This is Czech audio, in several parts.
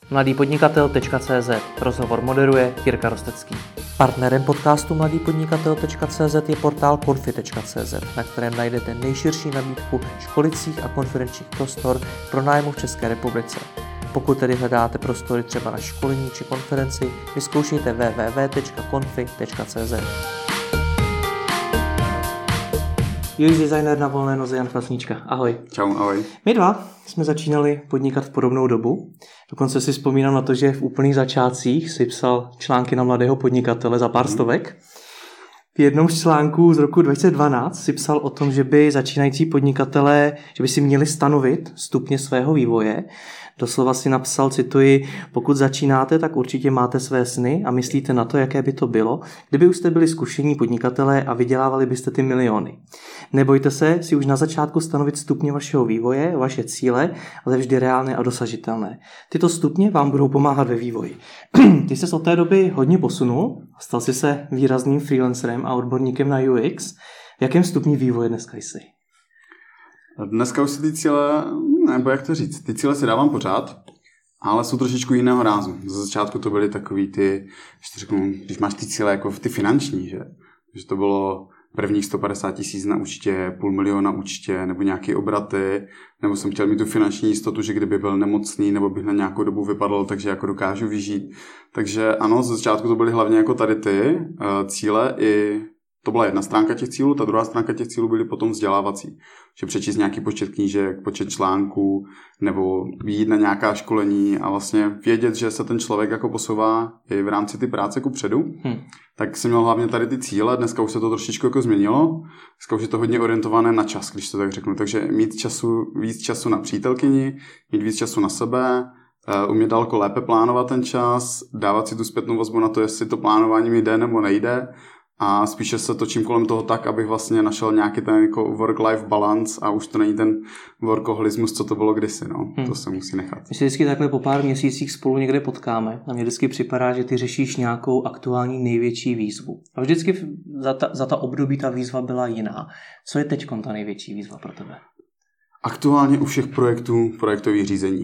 mladýpodnikatel.cz. Rozhovor moderuje Jirka Rostecký. Partnerem podcastu mladýpodnikatel.cz je portál konfi.cz, na kterém najdete nejširší nabídku školicích a konferenčních prostor pro nájmu v České republice. Pokud tedy hledáte prostory třeba na školení či konferenci, vyzkoušejte www.konfi.cz. UX designer na volné noze Jan Klasníčka. Ahoj. Čau, ahoj. My dva jsme začínali podnikat v podobnou dobu. Dokonce si vzpomínám na to, že v úplných začátcích si psal články na mladého podnikatele za pár stovek. V jednom z článků z roku 2012 si psal o tom, že by začínající podnikatelé, že by si měli stanovit stupně svého vývoje. Doslova si napsal, cituji, pokud začínáte, tak určitě máte své sny a myslíte na to, jaké by to bylo, kdyby už jste byli zkušení podnikatelé a vydělávali byste ty miliony. Nebojte se si už na začátku stanovit stupně vašeho vývoje, vaše cíle, ale vždy reálné a dosažitelné. Tyto stupně vám budou pomáhat ve vývoji. Ty ses od té doby hodně posunul, stal jsi se výrazným freelancerem a odborníkem na UX. V jakém stupni vývoje dneska jsi? Dneska už si ty cíle, nebo jak to říct, ty cíle si dávám pořád, ale jsou trošičku jiného rázu. Za začátku to byly takový ty, když máš ty cíle jako ty finanční, že to bylo prvních 150 000 na účtě, 500 000 na účtě, nebo nějaké obraty, nebo jsem chtěl mít tu finanční jistotu, že kdyby byl nemocný, nebo bych na nějakou dobu vypadl, takže jako dokážu vyžít. Takže ano, za začátku to byly hlavně jako tady ty cíle i to byla jedna stránka těch cílů, ta druhá stránka těch cílů byly potom vzdělávací. Že přečíst nějaký počet knížek, počet článků, nebo jít na nějaká školení a vlastně vědět, že se ten člověk jako posouvá i v rámci ty práce kupředu. Tak jsem měl hlavně tady ty cíle, dneska už se to trošičku jako změnilo. Dneska už je to hodně orientované na čas, když to tak řeknu. Takže mít víc času na přítelkyni, mít víc času na sebe, umět daleko lépe plánovat ten čas, dávat si tu zpětnou vazbu na to, jestli to plánování mi jde nebo nejde. A spíše se točím kolem toho tak, abych vlastně našel nějaký ten jako work-life balance a už to není ten workoholismus, co to bylo kdysi, no. To se musí nechat. My se vždycky takhle po pár měsících spolu někde potkáme a mně vždycky připadá, že ty řešíš nějakou aktuální největší výzvu. A vždycky za ta období ta výzva byla jiná. Co je teď ta největší výzva pro tebe? Aktuálně u všech projektů projektových řízení.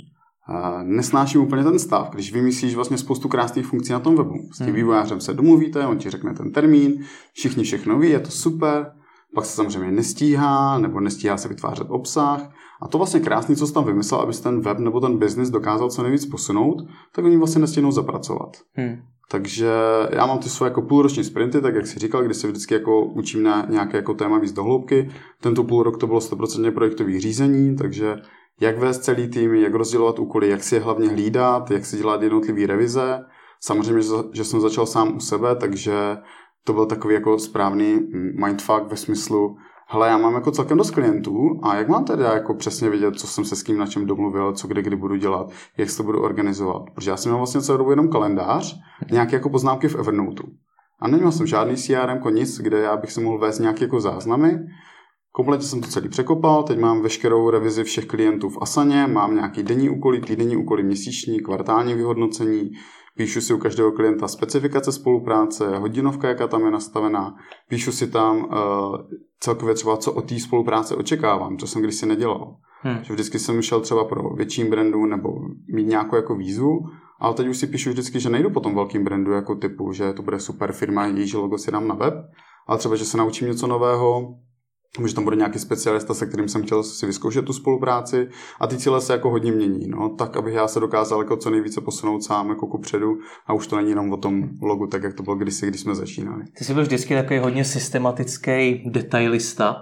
Nesnáším úplně ten stav, když vymyslíš vlastně spoustu krásných funkcí na tom webu. S tím vývojářem se domluvíte, on ti řekne ten termín, všichni všechno ví, je to super, pak se samozřejmě nestíhá, nebo nestíhá se vytvářet obsah. A to vlastně krásný, co jsi tam vymyslel, aby ten web nebo ten business dokázal co nejvíc posunout, tak oni vlastně nestihnou zapracovat. Takže já mám ty svoje jako půlroční sprinty, tak jak jsi říkal, kdy se vždycky jako učím na nějaké jako téma víc do hloubky. Tento půl rok to bylo 100% projektových řízení, takže jak vést celý tým, jak rozdělovat úkoly, jak si je hlavně hlídat, jak si dělat jednotlivé revize. Samozřejmě, že jsem začal sám u sebe, takže to byl takový jako správný mindfuck ve smyslu, hele, já mám jako celkem dost klientů a jak mám teda jako přesně vědět, co jsem se s kým na čem domluvil, co kdy budu dělat, jak se to budu organizovat. Protože já jsem měl vlastně celou dobu jenom kalendář, nějaké jako poznámky v Evernoteu. A neměl jsem žádný CRM, nic, kde já bych se mohl vést nějaké jako záznamy. Kompletně jsem to celý překopal, teď mám veškerou revizi všech klientů v Asaně, mám nějaký denní úkoly, týdenní úkoly, měsíční, kvartální vyhodnocení, píšu si u každého klienta specifikace spolupráce, hodinovka, jaká tam je nastavená, píšu si tam celkově třeba, co od té spolupráce očekávám, co jsem kdysi nedělal. Že vždycky jsem šel třeba pro větším brandu nebo mít nějakou jako výzvu, ale teď už si píšu vždycky, že nejdu po tom velkým brandu jako typu, že to bude super firma, jejíž logo si dám na web, ale třeba, že se naučím něco nového, že tam bude nějaký specialista, se kterým jsem chtěl si vyzkoušet tu spolupráci a ty cíle se jako hodně mění, no, tak abych já se dokázal jako co nejvíce posunout sám jako kupředu a už to není jenom o tom logu, tak jak to bylo kdysi, když jsme začínali. Ty jsi byl vždycky takový hodně systematický detailista.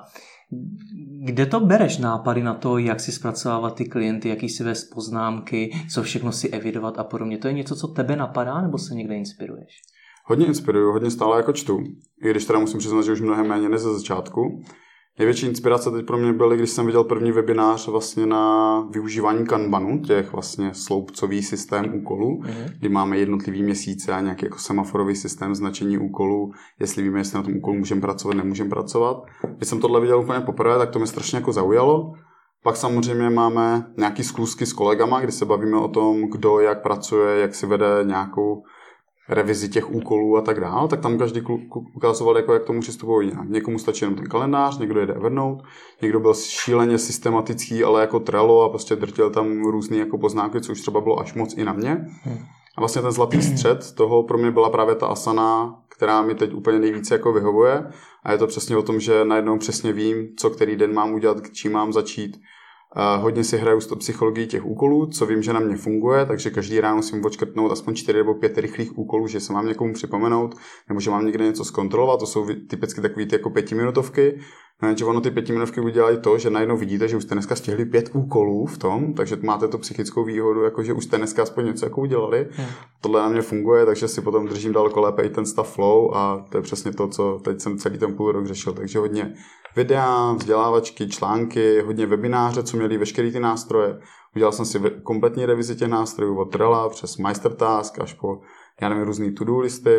Kde to bereš nápady na to, jak si zpracovávat ty klienty, jaký si vést poznámky, co všechno si evidovat a podobně? To je něco, co tebe napadá, nebo se někde inspiruješ? Hodně inspiruju, hodně stále jako čtu, i když teda musím přiznat, že už mnohem méně než ze začátku. Největší inspirace teď pro mě byly, když jsem viděl první webinář vlastně na využívání Kanbanu, těch vlastně sloupcový systém úkolů, kdy máme jednotlivý měsíce a nějaký jako semaforový systém značení úkolů, jestli víme, jestli na tom úkolu můžeme pracovat, nemůžeme pracovat. Když jsem tohle viděl úplně poprvé, tak to mě strašně jako zaujalo. Pak samozřejmě máme nějaký schůzky s kolegama, kdy se bavíme o tom, kdo jak pracuje, jak si vede nějakou revizi těch úkolů a tak dále, tak tam každý ukazoval, jako jak tomu přistupovali nějak. Někomu stačí jenom ten kalendář, někdo jede Evernote, někdo byl šíleně systematický, ale jako Trello a prostě drtil tam různý jako poznámky, co už třeba bylo až moc i na mě. A vlastně ten zlatý střed toho pro mě byla právě ta Asana, která mi teď úplně nejvíce jako vyhovuje. A je to přesně o tom, že najednou přesně vím, co který den mám udělat, čím mám začít. Hodně si hraju s psychologií těch úkolů, co vím, že na mě funguje, takže každý ráno musím odškrtnout aspoň 4 nebo 5 rychlých úkolů, že se mám někomu připomenout, nebo že mám někde něco zkontrolovat. To jsou typicky takový ty jako 5minutovky. že ono ty 5minutovky udělají to, že najednou vidíte, že už jste dneska stihli 5 úkolů v tom, takže máte tu psychickou výhodu, jako že už jste dneska aspoň něco jako udělali. Tohle na mě funguje, takže si potom držím daleko lépe i ten stav flow a to je přesně to, co teď jsem celý ten půl rok řešil. Takže hodně videa, vzdělávačky, články, hodně webináře, co měli veškerý ty nástroje. Udělal jsem si kompletní revizi těch nástrojů od Trella přes Meistertask až po, já nevím, různý to-do listy.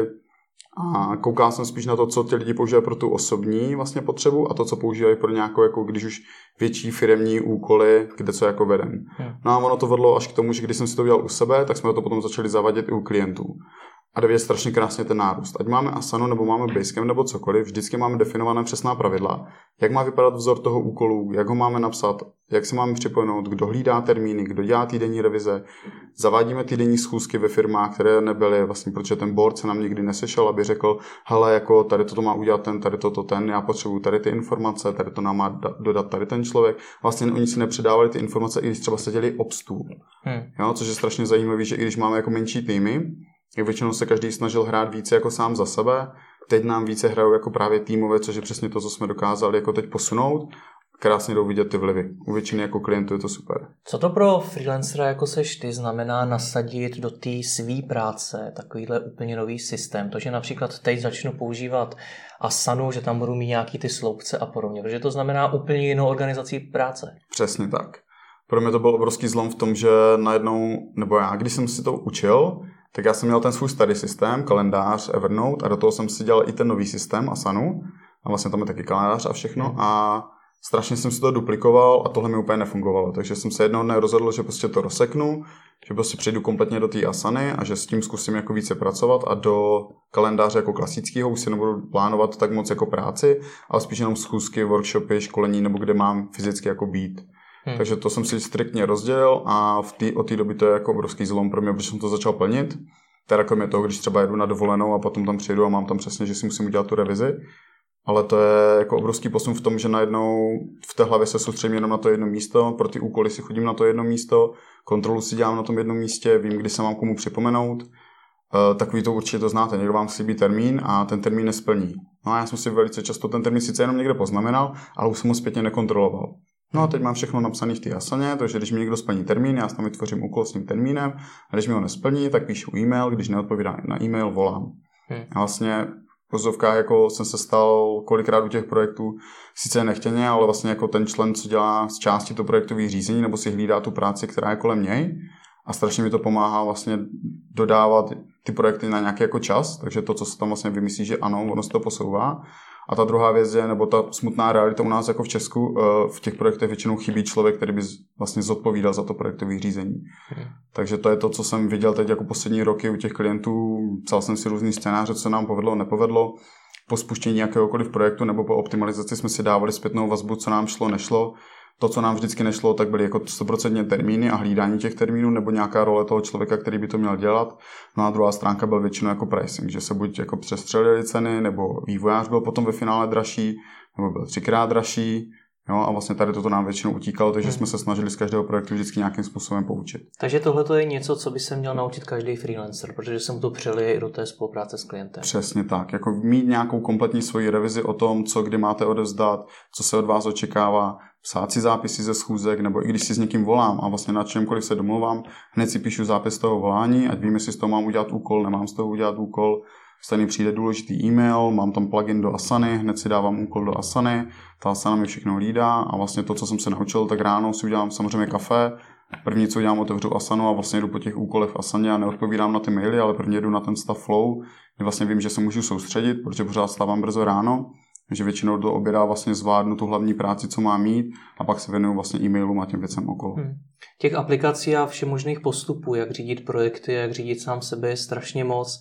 A koukal jsem spíš na to, co ti lidi používají pro tu osobní vlastně potřebu a to, co používají pro nějakou, jako když už větší firemní úkoly, kde co jako vedem. No a ono to vedlo až k tomu, že když jsem si to udělal u sebe, tak jsme to potom začali zavádět i u klientů. A jde strašně krásně ten nárůst. Ať máme Asanu, nebo máme Basecamp, nebo cokoliv, vždycky máme definované přesná pravidla, jak má vypadat vzor toho úkolu, jak ho máme napsat, jak se máme připojnout, kdo hlídá termíny, kdo dělá týdenní revize. Zavádíme týdenní schůzky ve firmách, které nebyly, vlastně, protože ten board se nám nikdy nesešel, aby řekl, hele, jako tady toto má udělat ten, tady toto ten, já potřebuju tady ty informace, tady to nám má dodat tady ten člověk. Vlastně oni si nepředávali ty informace, i když třeba seděli ob stůl. Jo, což je strašně zajímavé, že i když máme jako menší týmy, jak většinou se každý snažil hrát více jako sám za sebe, teď nám více hrajou jako právě týmové, což je přesně to, co jsme dokázali jako teď posunout. Krásně jdou vidět ty vlivy. U většiny jako klientů je to super. Co to pro freelancera, jako seš ty, znamená nasadit do té svý práce takovýhle úplně nový systém? To, že například teď začnu používat Asanu, že tam budu mít nějaký ty sloupce a podobně, protože to znamená úplně jinou organizaci práce. Přesně tak. Pro mě to byl obrovský zlom v tom, že najednou, nebo já, když jsem si to učil, tak já jsem měl ten svůj starý systém, kalendář, Evernote a do toho jsem si dělal i ten nový systém Asanu a vlastně tam je taky kalendář a všechno a strašně jsem si to duplikoval a tohle mi úplně nefungovalo, takže jsem se jednoho dne rozhodl, že prostě to rozseknu, že prostě přejdu kompletně do té Asany a že s tím zkusím jako více pracovat a do kalendáře jako klasického už si nebudu plánovat tak moc jako práci, ale spíš jenom schůzky, workshopy, školení nebo kde mám fyzicky jako být. Takže to jsem si striktně rozdělil a od té doby to je jako obrovský zlom pro mě, protože jsem to začal plnit. Teda kromě toho, když třeba jedu na dovolenou a potom tam přijedu a mám tam přesně, že si musím udělat tu revizi. Ale to je jako obrovský posun v tom, že najednou v té hlavě se soustředím jenom na to jedno místo, pro ty úkoly si chodím na to jedno místo, kontrolu si dělám na tom jednom místě, vím, kdy se mám komu připomenout. Takový to určitě to znáte, někdo vám slíbí termín a ten termín nesplní. No a já jsem si velice často ten termín sice jenom někde poznamenal, ale už jsem ho zpětně nekontroloval. No a teď mám všechno napsané v té Asaně, takže když mi někdo splní termín, já tam vytvořím úkol s tím termínem a když mi ho nesplní, tak píšu e-mail, když neodpovídá na e-mail, volám. A vlastně v pozovkách jako jsem se stal kolikrát u těch projektů, sice nechtěně, ale vlastně jako ten člen, co dělá z části to projektové řízení nebo si hlídá tu práci, která je kolem něj a strašně mi to pomáhá vlastně dodávat ty projekty na nějaký jako čas, takže to, co se tam vlastně vymyslí, že ano, ono se to posouvá. A ta druhá věc je, nebo ta smutná realita u nás jako v Česku, v těch projektech většinou chybí člověk, který by vlastně zodpovídal za to projektové řízení. Takže to je to, co jsem viděl teď jako poslední roky u těch klientů. Psal jsem si různý scénáře, co nám povedlo, nepovedlo. Po spuštění nějakéhokoliv projektu nebo po optimalizaci jsme si dávali zpětnou vazbu, co nám šlo, nešlo. To, co nám vždycky nešlo, tak byly jako 100% termíny a hlídání těch termínů nebo nějaká role toho člověka, který by to měl dělat. No a druhá stránka byl většinou jako pricing, že se buď jako přestřelily ceny, nebo vývojář byl potom ve finále dražší, nebo byl 3x dražší. Jo, a vlastně tady toto nám většinou utíkalo, takže jsme se snažili z každého projektu vždycky nějakým způsobem poučit. Takže tohle je něco, co by se měl naučit každý freelancer, protože se mu to přelije i do té spolupráce s klientem. Přesně tak, jako mít nějakou kompletní svoji revizi o tom, co kdy máte odevzdat, co se od vás očekává, psát si zápisy ze schůzek, nebo i když si s někým volám a vlastně na čemkoliv se domluvám, hned si píšu zápis toho volání, ať vím, jestli z toho mám udělat úkol, nemám z toho udělat úkol. Stejně přijde důležitý e-mail, mám tam plugin do Asany, hned si dávám úkol do Asany, ta Asana mi všechno hlídá a vlastně to, co jsem se naučil, tak ráno si udělám samozřejmě kafe, první, co udělám, otevřu Asanu a vlastně jdu po těch úkolech v Asaně a neodpovídám na ty maily, ale první jdu na ten stav flow, kdy vlastně vím, že se můžu soustředit, protože pořád stávám brzo ráno, že většinou do oběda vlastně zvládnu tu hlavní práci, co mám mít a pak se věnuju vlastně e-mailům a těm věcem okolo. Těch aplikací a všemožných postupů, jak řídit projekty, jak řídit sám sebe, je strašně moc.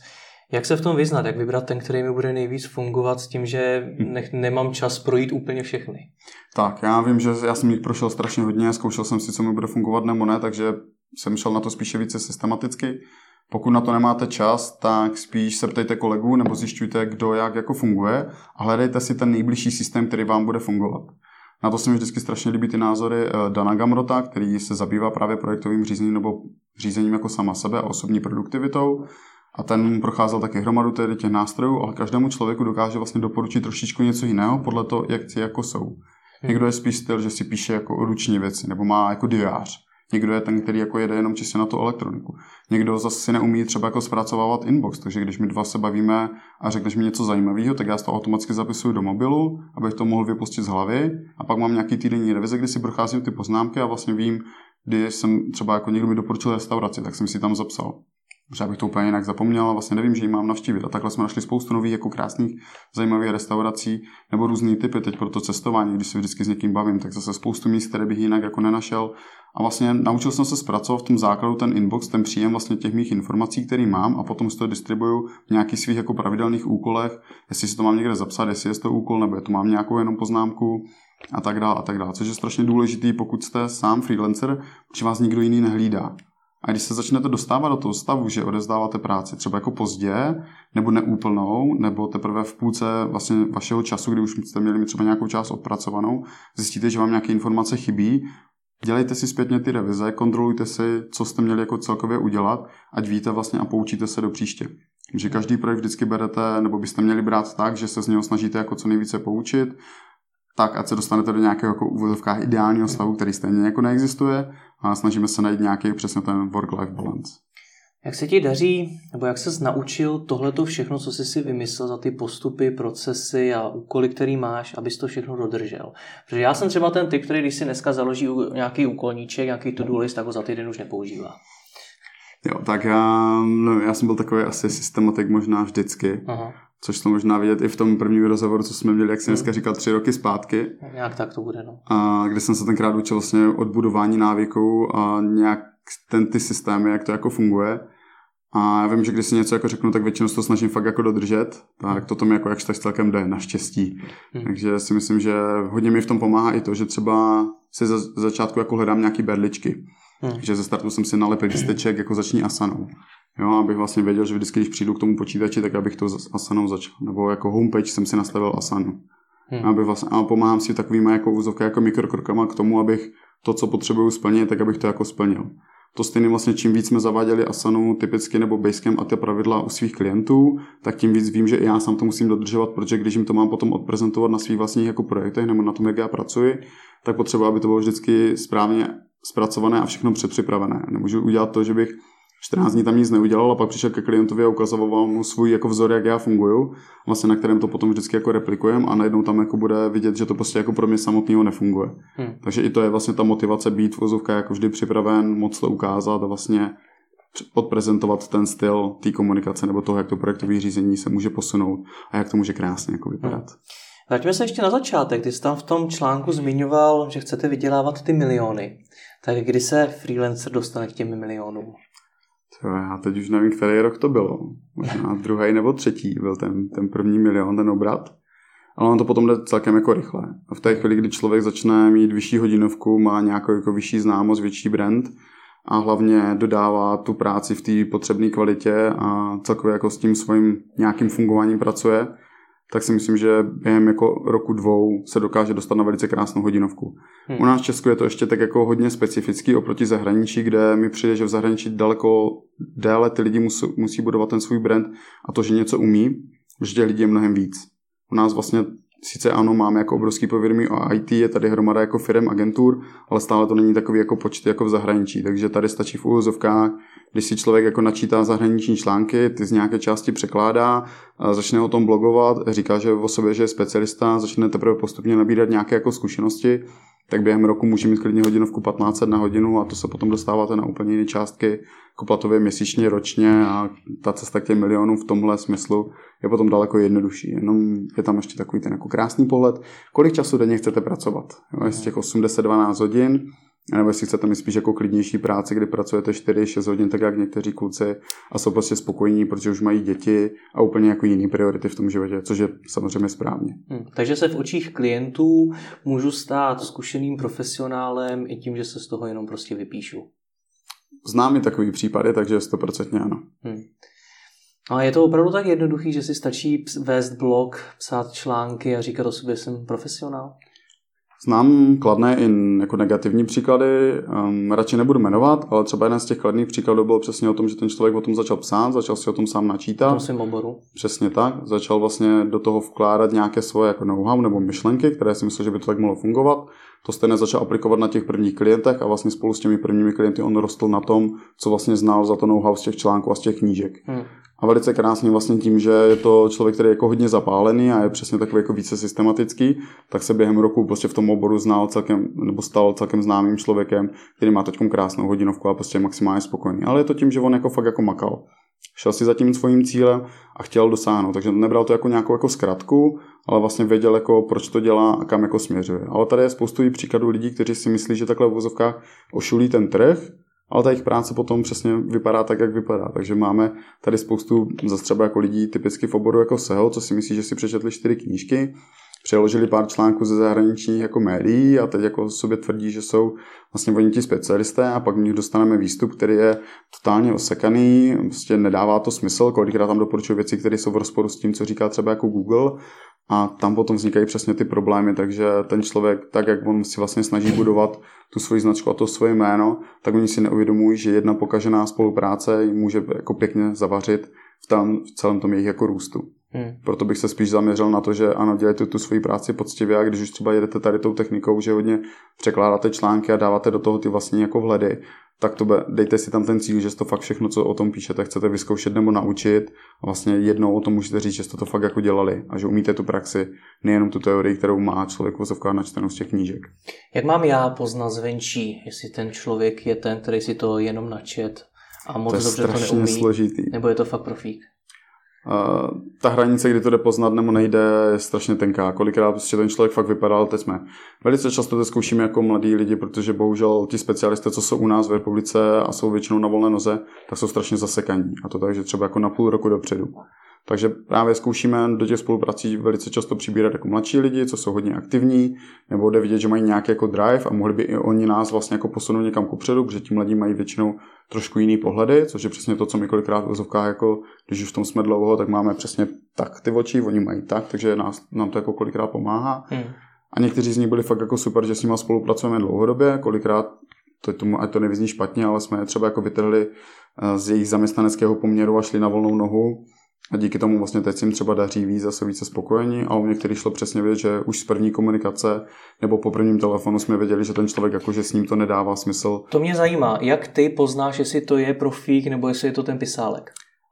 Jak se v tom vyznat? Jak vybrat ten, který mi bude nejvíc fungovat s tím, že nemám čas projít úplně všechny? Tak, já vím, že já jsem jich prošel strašně hodně, zkoušel jsem si, co mi bude fungovat nebo ne, takže jsem šel na to spíše více systematicky. Pokud na to nemáte čas, tak spíš se ptejte kolegů nebo zjišťujte, kdo jak jako funguje a hledejte si ten nejbližší systém, který vám bude fungovat. Na to se mi vždycky strašně líbí ty názory Dana Gamrota, který se zabývá právě projektovým řízením nebo řízením jako sama sebe a osobní produktivitou. A ten procházel taky hromadu těch nástrojů, ale každému člověku dokáže vlastně doporučit trošičku něco jiného podle toho, jak ty jako jsou. Někdo je spíš styl, že si píše jako ruční věci, nebo má jako diář. Někdo je ten, který jako jede jenom čistě na tu elektroniku. Někdo zase si neumí třeba jako zpracovávat inbox, takže když my dva se bavíme a řekneš mi něco zajímavého, tak já to automaticky zapisuju do mobilu, abych to mohl vypustit z hlavy a pak mám nějaký týdenní revize, kdy si procházím ty poznámky a vlastně vím, kdy jsem třeba jako někdo mi doporučil restauraci, tak jsem si tam zapsal. Protože abych to úplně jinak zapomněl a vlastně nevím, že ji mám navštívit. A takhle jsme našli spoustu nových jako krásných, zajímavých restaurací nebo různý typy teď pro to cestování, když se vždycky s někým bavím, tak zase spoustu míst, které bych jinak jako nenašel. A vlastně naučil jsem se zpracovat v tom základu ten inbox, ten příjem vlastně těch mých informací, které mám a potom si to distribuju v nějakých svých jako pravidelných úkolech, jestli si to mám někde zapsat, jestli je to úkol, nebo to mám nějakou jenom poznámku a tak dále, což je strašně důležitý, pokud jste sám freelancer, protože vás nikdo jiný nehlídá. A když se začnete dostávat do toho stavu, že odevzdáváte práci třeba jako pozdě, nebo neúplnou, nebo teprve v půlce vlastně vašeho času, kdy už jste měli třeba nějakou část odpracovanou, zjistíte, že vám nějaké informace chybí, dělejte si zpětně ty revize, kontrolujte si, co jste měli jako celkově udělat, ať víte vlastně a poučíte se do příště. Že každý projekt vždycky berete, nebo byste měli brát tak, že se z něho snažíte jako co nejvíce poučit, tak ať se dostanete do nějakého jako uvozovkách ideálního stavu, který stejně jako neexistuje a snažíme se najít nějaký přesně ten work-life balance. Jak se ti daří, nebo jak ses naučil tohleto všechno, co jsi si vymyslel za ty postupy, procesy a úkoly, který máš, abys to všechno dodržel? Protože já jsem třeba ten typ, který když si dneska založí nějaký úkolníček, nějaký to-do list, tak ho za týden už nepoužívá. Jo, tak já jsem byl takový asi systematik možná vždycky. Aha. Což to možná vidět i v tom prvním rozhovoru, co jsme měli, jak jsem dneska říkal, 3 roky zpátky. Nějak tak to bude, no. A kde jsem se tenkrát učil vlastně odbudování návyků a nějak ty systémy, jak to jako funguje. A já vím, že když si něco jako řeknu, tak většinou to snažím fakt jako dodržet. Tak to mi jako jakž tak celkem jde, naštěstí. Takže si myslím, že hodně mi v tom pomáhá i to, že třeba si za začátku jako hledám nějaký berličky. Takže ze startu jsem si nalepil lísteček jako začni asanou. Jo, abych vlastně věděl, že vždycky, když přijdu k tomu počítači, tak abych to asanou začal. Nebo jako homepage jsem si nastavil asanu. A pomáhám si takovýma jako úzovka, jako mikrokrokama k tomu, abych to, co potřebuju splnit, tak abych to jako splnil. To stejně vlastně, čím víc jsme zaváděli asanu typicky nebo Basecamp a ty pravidla u svých klientů, tak tím víc vím, že i já sám to musím dodržovat, protože když jim to mám potom odprezentovat na svých vlastních jako projektech nebo na tom, jak já pracuji, tak potřebuji, aby to bylo vždycky správně zpracované a všechno předpřipravené. Nemůžu udělat to, že bych 14 dní tam nic neudělal a pak přišel ke klientovi a ukazoval mu svůj jako vzor, jak já funguju, vlastně na kterém to potom vždycky jako replikujeme a najednou tam jako bude vidět, že to prostě jako pro mě samotného nefunguje. Takže i to je vlastně ta motivace být v vozovkách jako vždy připraven, moc to ukázat a vlastně odprezentovat ten styl té komunikace nebo toho, jak to projektové řízení se může posunout a jak to může krásně jako vypadat. Vraťme se ještě na začátek. Ty jsi tam v tom článku zmiňoval, že chcete vydělávat ty miliony. Tak kdy se freelancer dostane k těm milionům? Já teď už nevím, který rok to bylo. Možná 2. nebo 3. byl ten první milion, ten obrat. Ale on to potom jde celkem jako rychle. A v té chvíli, kdy člověk začne mít vyšší hodinovku, má nějakou jako vyšší známost, větší brand a hlavně dodává tu práci v té potřebné kvalitě a celkově jako s tím svým nějakým fungováním pracuje, tak si myslím, že během jako roku 2 se dokáže dostat na velice krásnou hodinovku. U nás v Česku je to ještě tak jako hodně specifický oproti zahraničí, kde mi přijde, že v zahraničí daleko déle ty lidi musí budovat ten svůj brand a to, že něco umí, že těch lidí je mnohem víc. U nás vlastně sice ano, máme jako obrovský povědomí o IT, je tady hromada jako firem, agentur, ale stále to není takový jako počty jako v zahraničí, takže tady stačí v uvozovkách, když si člověk jako načítá zahraniční články, ty z nějaké části překládá, začne o tom blogovat, říká, že o sobě, že je specialista, začne teprve postupně nabírat nějaké jako zkušenosti, tak během roku může mít klidně hodinovku 1500 na hodinu a to se potom dostáváte na úplně jiné částky, jako platově měsíčně, ročně a ta cesta k těm milionům v tomhle smyslu je potom daleko jednodušší. Jenom je tam ještě takový ten jako krásný pohled, kolik času denně chcete pracovat. Jo, z těch 8-12 hodin, nebo jestli chcete mít spíš jako klidnější práci, kdy pracujete 4-6 hodin, tak jak někteří kluci a jsou prostě spokojení, protože už mají děti a úplně jako jiný priority v tom životě, což je samozřejmě správně. Takže se v očích klientů můžu stát zkušeným profesionálem i tím, že se z toho jenom prostě vypíšu. Znám i takový případy, takže 100% ano. A je to opravdu tak jednoduchý, že si stačí vést blog, psát články a říkat o sobě, jsem profesionál? Znám kladné i jako negativní příklady, radši nebudu jmenovat, ale třeba jeden z těch kladných příkladů byl přesně o tom, že ten člověk o tom začal psát, začal si o tom sám načítat. V tom svém oboru. Přesně tak, začal vlastně do toho vkládat nějaké svoje jako know-how nebo myšlenky, které si myslel, že by to tak mohlo fungovat. To stejně začal aplikovat na těch prvních klientech a vlastně spolu s těmi prvními klienty on rostl na tom, co vlastně znal za to know-how z těch článků a z těch knížek. A velice krásně vlastně tím, že je to člověk, který je jako hodně zapálený a je přesně takový jako více systematický, tak se během roku prostě v tom oboru stal celkem známým člověkem, který má teď krásnou hodinovku a prostě je maximálně spokojený. Ale je to tím, že on jako fakt jako makal. Šel si za tím svým cílem a chtěl dosáhnout. Takže nebral to jako nějakou jako zkratku, ale vlastně věděl, jako, proč to dělá a kam jako směřuje. Ale tady je spoustu příkladů lidí, kteří si myslí, že takhle v uvozovkách ošulí ten trh, ale ta jejich práce potom přesně vypadá tak, jak vypadá. Takže máme tady spoustu zase třeba jako lidí typicky v oboru jako SEO, co si myslí, že si přečetli 4 knížky, přeložili pár článků ze zahraničních jako médií a teď jako sobě tvrdí, že jsou vlastně oni ti specialisté a pak v nich dostaneme výstup, který je totálně osekaný, prostě nedává to smysl, kolikrát tam doporučuji věci, které jsou v rozporu s tím, co říká třeba jako Google a tam potom vznikají přesně ty problémy, takže ten člověk, tak jak on si vlastně snaží budovat tu svoji značku a to svoje jméno, tak oni si neuvědomují, že jedna pokažená spolupráce jim může jako pěkně zavařit v celém tom jejich jako růstu. Proto bych se spíš zaměřil na to, že ano, dělejte tu svoji práci poctivě a když už třeba jedete tady tou technikou, že hodně překládáte články a dáváte do toho ty vlastní jako vhledy, tak dejte si tam ten cíl, že to fakt všechno, co o tom píšete, chcete vyzkoušet nebo naučit a vlastně jednou o tom můžete říct, že jste to fakt jako dělali a že umíte tu praxi, nejenom tu teorii, kterou má člověk vozovka načtenou z těch knížek. Jak mám já poznat zvenčí, jestli ten člověk je ten, který si to jenom načet a moc dobře to neumí, složitý. Nebo je to fakt profík? Ta hranice, kdy to jde poznat nebo nejde, je strašně tenká. Kolikrát prostě ten člověk fakt vypadal, teď jsme velice často to zkoušíme jako mladí lidi, protože bohužel ti specialisté, co jsou u nás v republice a jsou většinou na volné noze, tak jsou strašně zasekaní. A to tak, že třeba jako na půl roku dopředu. Takže právě zkoušíme do těch spoluprací velice často přibírat jako mladší lidi, co jsou hodně aktivní, nebo jde vidět, že mají nějaký jako drive a mohli by i oni nás vlastně jako posunout někam kupředu, protože ti mladí mají většinou trošku jiný pohledy, což je přesně to, co my kolikrát v vozovkách, jako když už v tom jsme dlouho, tak máme přesně tak ty oči, oni mají tak, takže nám to jako kolikrát pomáhá. A někteří z nich byli fakt jako super, že s nimi spolupracujeme dlouhodobě, kolikrát ať to nevyzní špatně, ale jsme je třeba jako vytrhli z jejich zaměstnaneckého poměru a šli na volnou nohu. A díky tomu vlastně teď si jim třeba daří víc a jsou více spokojení, ale u některých šlo přesně vidět, že už z první komunikace nebo po prvním telefonu jsme věděli, že ten člověk jakože s ním to nedává smysl. To mě zajímá, jak ty poznáš, jestli to je profík nebo jestli je to ten pisálek?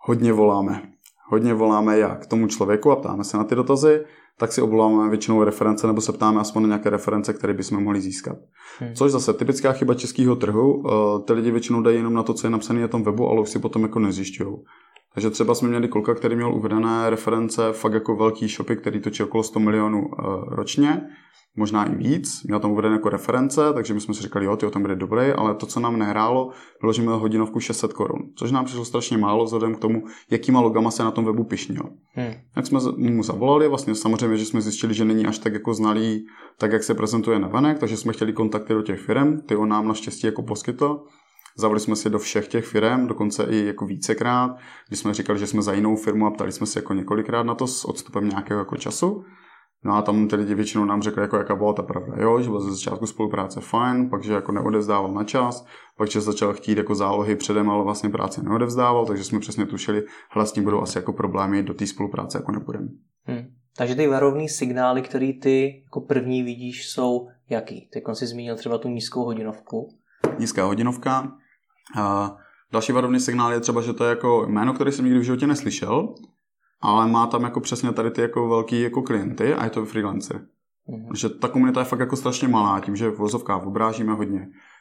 Hodně voláme jak tomu člověku a ptáme se na ty dotazy, tak si obvoláme většinou reference nebo se ptáme aspoň na nějaké reference, které bychom mohli získat. Což zase typická chyba českého trhu, ty lidi většinou dají jenom na to, co je napsané na tom webu, ale už si potom jako nezjišťují. Takže třeba jsme měli kluka, který měl uvedené reference fakt jako velký shopy, který točí okolo 100 milionů ročně, možná i víc. Měl tam uvedené jako reference, takže my jsme si říkali, jo, tam bude dobrý, ale to, co nám nehrálo, bylo, že měl hodinovku 600 korun, což nám přišlo strašně málo vzhledem k tomu, jakýma logama se na tom webu pyšnil. Tak jsme mu zavolali, vlastně samozřejmě, že jsme zjistili, že není až tak jako znalý, tak jak se prezentuje navenek, takže jsme chtěli kontakty do těch firm, ty on nám naštěstí jako poskytl. Zavali jsme si do všech těch firm, dokonce i jako vícekrát, když jsme říkali, že jsme za jinou firmu a ptali jsme se jako několikrát na to s odstupem nějakého jako času. No a tam ty lidi většinou nám řekli, jako jaká byla ta pravda. Jo, že byla ze začátku spolupráce fajn, pak že jako neodevzdával na čas, pak že začal chtít jako zálohy předem, ale vlastně práci neodevzdával, takže jsme přesně tušili, hele, s tím budou asi jako problémy, do té spolupráce jako nepůjdeme. Takže ty varovný signály, které ty jako první vidíš, jsou jaký? Teď jsi zmínil třeba tu nízkou hodinovku. Nízká hodinovka. Další varovný signál je třeba, že to je jako jméno, které jsem nikdy v životě neslyšel, ale má tam jako přesně tady ty jako velký jako klienty a je to freelancer. Že ta komunita je fakt jako strašně malá, tím, že v vozovkách obrážíme hodně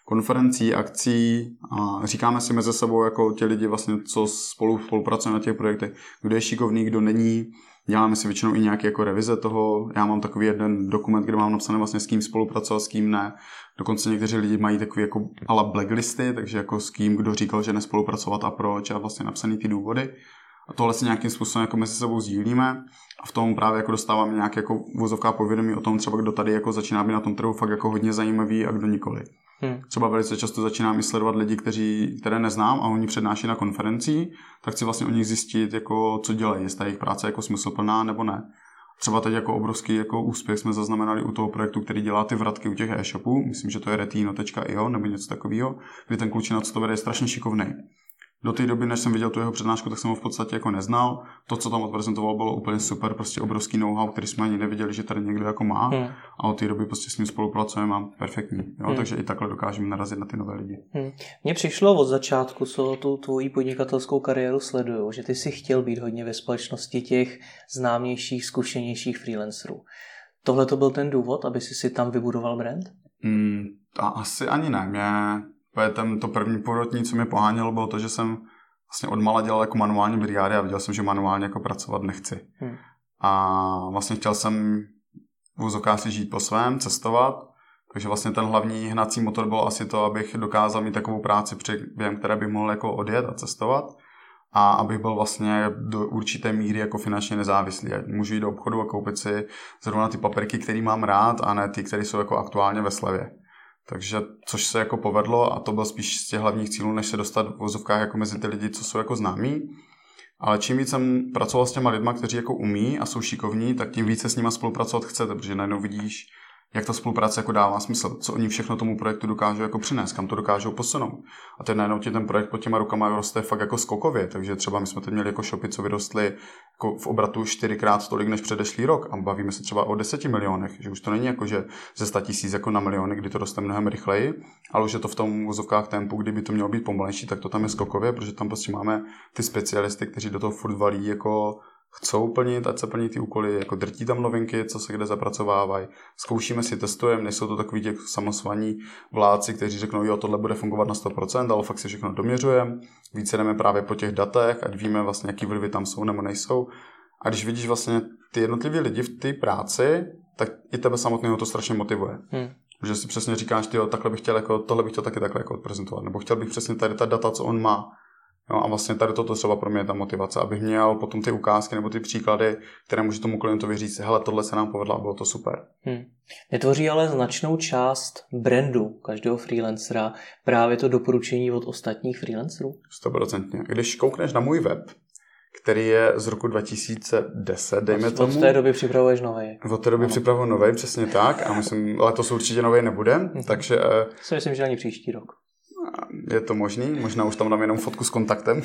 konferencí, akcí a říkáme si mezi sebou jako ti lidi vlastně, co spolupracují na těch projektech, kdo je šikovný, kdo není. Děláme si většinou i nějaké jako revize toho. Já mám takový jeden dokument, kde mám napsané vlastně s kým spolupracovat, s kým ne. Dokonce někteří lidi mají takové jako ala blacklisty, takže jako s kým, kdo říkal, že nespolupracovat a proč a vlastně napsaný ty důvody. A tohle si nějakým způsobem jako mezi sebou sdílíme a v tom právě jako dostáváme nějaké jako uvozovká povědomí o tom třeba, kdo tady jako začíná být na tom trhu fakt jako hodně zajímavý a kdo nikoli. Třeba velice často začínám i sledovat lidi, které neznám a oni přednáší na konferenci, tak chci vlastně o nich zjistit, jako, co dělají, jestli jejich práce jako smysluplná nebo ne. Třeba teď jako obrovský jako úspěch jsme zaznamenali u toho projektu, který dělá ty vratky u těch e-shopů, myslím, že to je retino.io nebo něco takového, kdy ten klučina, co to vede, je strašně šikovný. Do té doby, než jsem viděl tu jeho přednášku, tak jsem ho v podstatě jako neznal. To, co tam odprezentoval, bylo úplně super, prostě obrovský know-how, který jsme ani nevěděli, že tady někdo jako má. A od té doby prostě s ním spolupracujeme a perfektní. Jo? Takže i takhle dokážeme narazit na ty nové lidi. Mně přišlo od začátku, co tu tvoji podnikatelskou kariéru sleduju, že ty jsi chtěl být hodně ve společnosti těch známějších, zkušenějších freelancerů. Tohle to byl ten důvod, aby si tam vybudoval brand? A asi ani ne. To první porotní, co mě pohánělo, bylo to, že jsem vlastně odmala dělal jako manuální brigády a viděl jsem, že manuálně jako pracovat nechci. A vlastně chtěl jsem v úzokách si žít po svém, cestovat, takže vlastně ten hlavní hnací motor byl asi to, abych dokázal mít takovou práci, během které bych mohl jako odjet a cestovat a abych byl vlastně do určité míry jako finančně nezávislý. Můžu jít do obchodu a koupit si zrovna ty papírky, které mám rád a ne ty, které jsou jako aktuálně ve slevě. Takže, což se jako povedlo a to byl spíš z těch hlavních cílů, než se dostat v vozovkách jako mezi ty lidi, co jsou jako známí. Ale čím víc jsem pracoval s těma lidma, kteří jako umí a jsou šikovní, tak tím více s nima spolupracovat chcete, protože najednou vidíš, jak ta spolupráce jako dává smysl, co oni všechno tomu projektu dokážou jako přinést, kam to dokážou posunout. A teď najednou ti ten projekt pod těma rukama roste fakt jako skokově, takže třeba my jsme teď měli jako shopy, co vyrostly jako v obratu 4x tolik než předešlý rok a bavíme se třeba o 10 milionech, že už to není jako, že ze 100 000 jako na miliony, kdy to roste mnohem rychleji, ale už je to v tom vozovkách tempu, kdyby to mělo být pomalejší, tak to tam je skokově, protože tam prostě máme ty specialisty, kteří do toho furt valí jako chcou plnit, ať se plní ty úkoly, jako drtí tam novinky, co se kde zapracovávají. Zkoušíme si, testujeme, nejsou to takový těch samosvaní vládci, kteří řeknou, jo, tohle bude fungovat na 100%, ale fakt si všechno doměřujeme. Více jdeme právě po těch datech, ať víme vlastně, jaký vlivy tam jsou nebo nejsou. A když vidíš vlastně ty jednotliví lidi v té práci, tak i tebe samotného to strašně motivuje. Že si přesně říkáš, tyjo, takhle bych chtěl jako, tohle bych chtěl taky takhle jako odprezentovat, nebo chtěl bych přesně tady ta data, co on má. Jo, a vlastně tady toto třeba pro mě je ta motivace, abych měl potom ty ukázky nebo ty příklady, které můžu tomu klientovi říct, hele, tohle se nám povedlo a bylo to super. Netvoří ale značnou část brandu každého freelancera právě to doporučení od ostatních freelancerů? 100%. Když koukneš na můj web, který je z roku 2010, dejme tomu. Od té doby připravuješ nový. Od té doby připravuju nový, přesně tak. A myslím, letos určitě nový nebude, takže... Si myslím, že ani příští rok. Je to možný, možná už tam dám jenom fotku s kontaktem,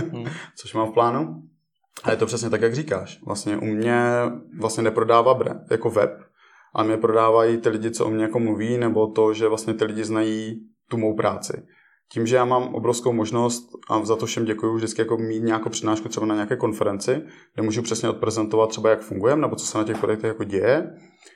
což mám v plánu. A je to přesně tak, jak říkáš. Vlastně u mě vlastně neprodává brand, jako web, ale mě prodávají ty lidi, co o mě jako mluví, nebo to, že vlastně ty lidi znají tu mou práci. Tím, že já mám obrovskou možnost a za to všem děkuju vždycky jako mít nějakou přednášku třeba na nějaké konferenci, kde můžu přesně odprezentovat třeba, jak fungujeme, nebo co se na těch projektech jako děje.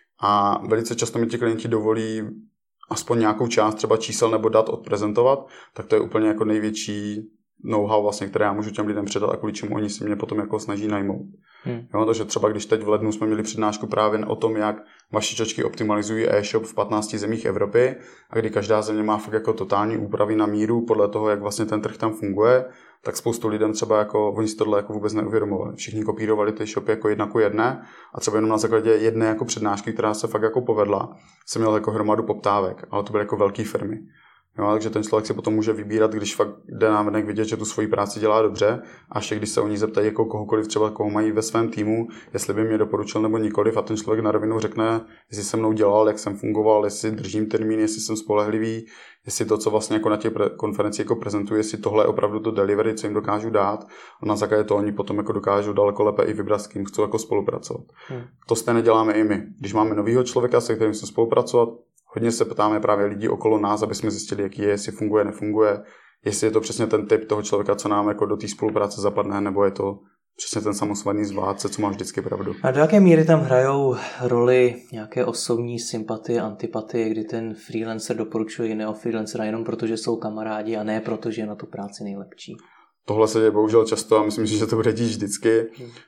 A velice často mi ti klienti dovolí aspoň nějakou část třeba čísel nebo dat odprezentovat, tak to je úplně jako největší know-how vlastně, které já můžu těm lidem předat a kvůli čemu oni si mě potom jako snaží najmout. Jo, takže třeba když teď v lednu jsme měli přednášku právě o tom, jak vašičačky optimalizují e-shop v 15 zemích Evropy a kdy každá země má fakt jako totální úpravy na míru podle toho, jak vlastně ten trh tam funguje, tak spoustu lidem třeba jako, oni si tohle jako vůbec neuvědomovali. Všichni kopírovali ty shopy jako 1:1 a třeba jenom na základě jedné jako přednášky, která se fakt jako povedla, jsem měl jako hromadu poptávek, ale to byly jako velké firmy. Jo, takže ten člověk si potom může vybírat, když fakt jde návenek vidět, že tu svoji práci dělá dobře, a ještě když se o ní zeptají jako kohokoliv, třeba koho mají ve svém týmu, jestli by mě doporučil nebo nikoliv, a ten člověk na rovinu řekne, jestli se mnou dělal, jak jsem fungoval, jestli držím termín, jestli jsem spolehlivý, jestli to, co vlastně jako na těch konferenci jako prezentuji, jestli tohle je opravdu to delivery, co jim dokážu dát, a na základě toho oni potom jako dokážou daleko lépe i vybrat, s kým chcou jako spolupracovat. To stejně děláme i my. Když máme novýho člověka, se kterým chceme spolupracovat, hodně se ptáme právě lidí okolo nás, aby jsme zjistili, jaký je, jestli funguje, nefunguje, jestli je to přesně ten typ toho člověka, co nám jako do té spolupráce zapadne, nebo je to přesně ten samosvalný zvládce, co má vždycky pravdu. A do jaké míry tam hrajou roli nějaké osobní sympatie, antipatie, kdy ten freelancer doporučuje jiného freelancera jenom protože jsou kamarádi a ne protože je na tu práci nejlepší? Tohle se děje bohužel často a myslím, že to bude dít vždycky.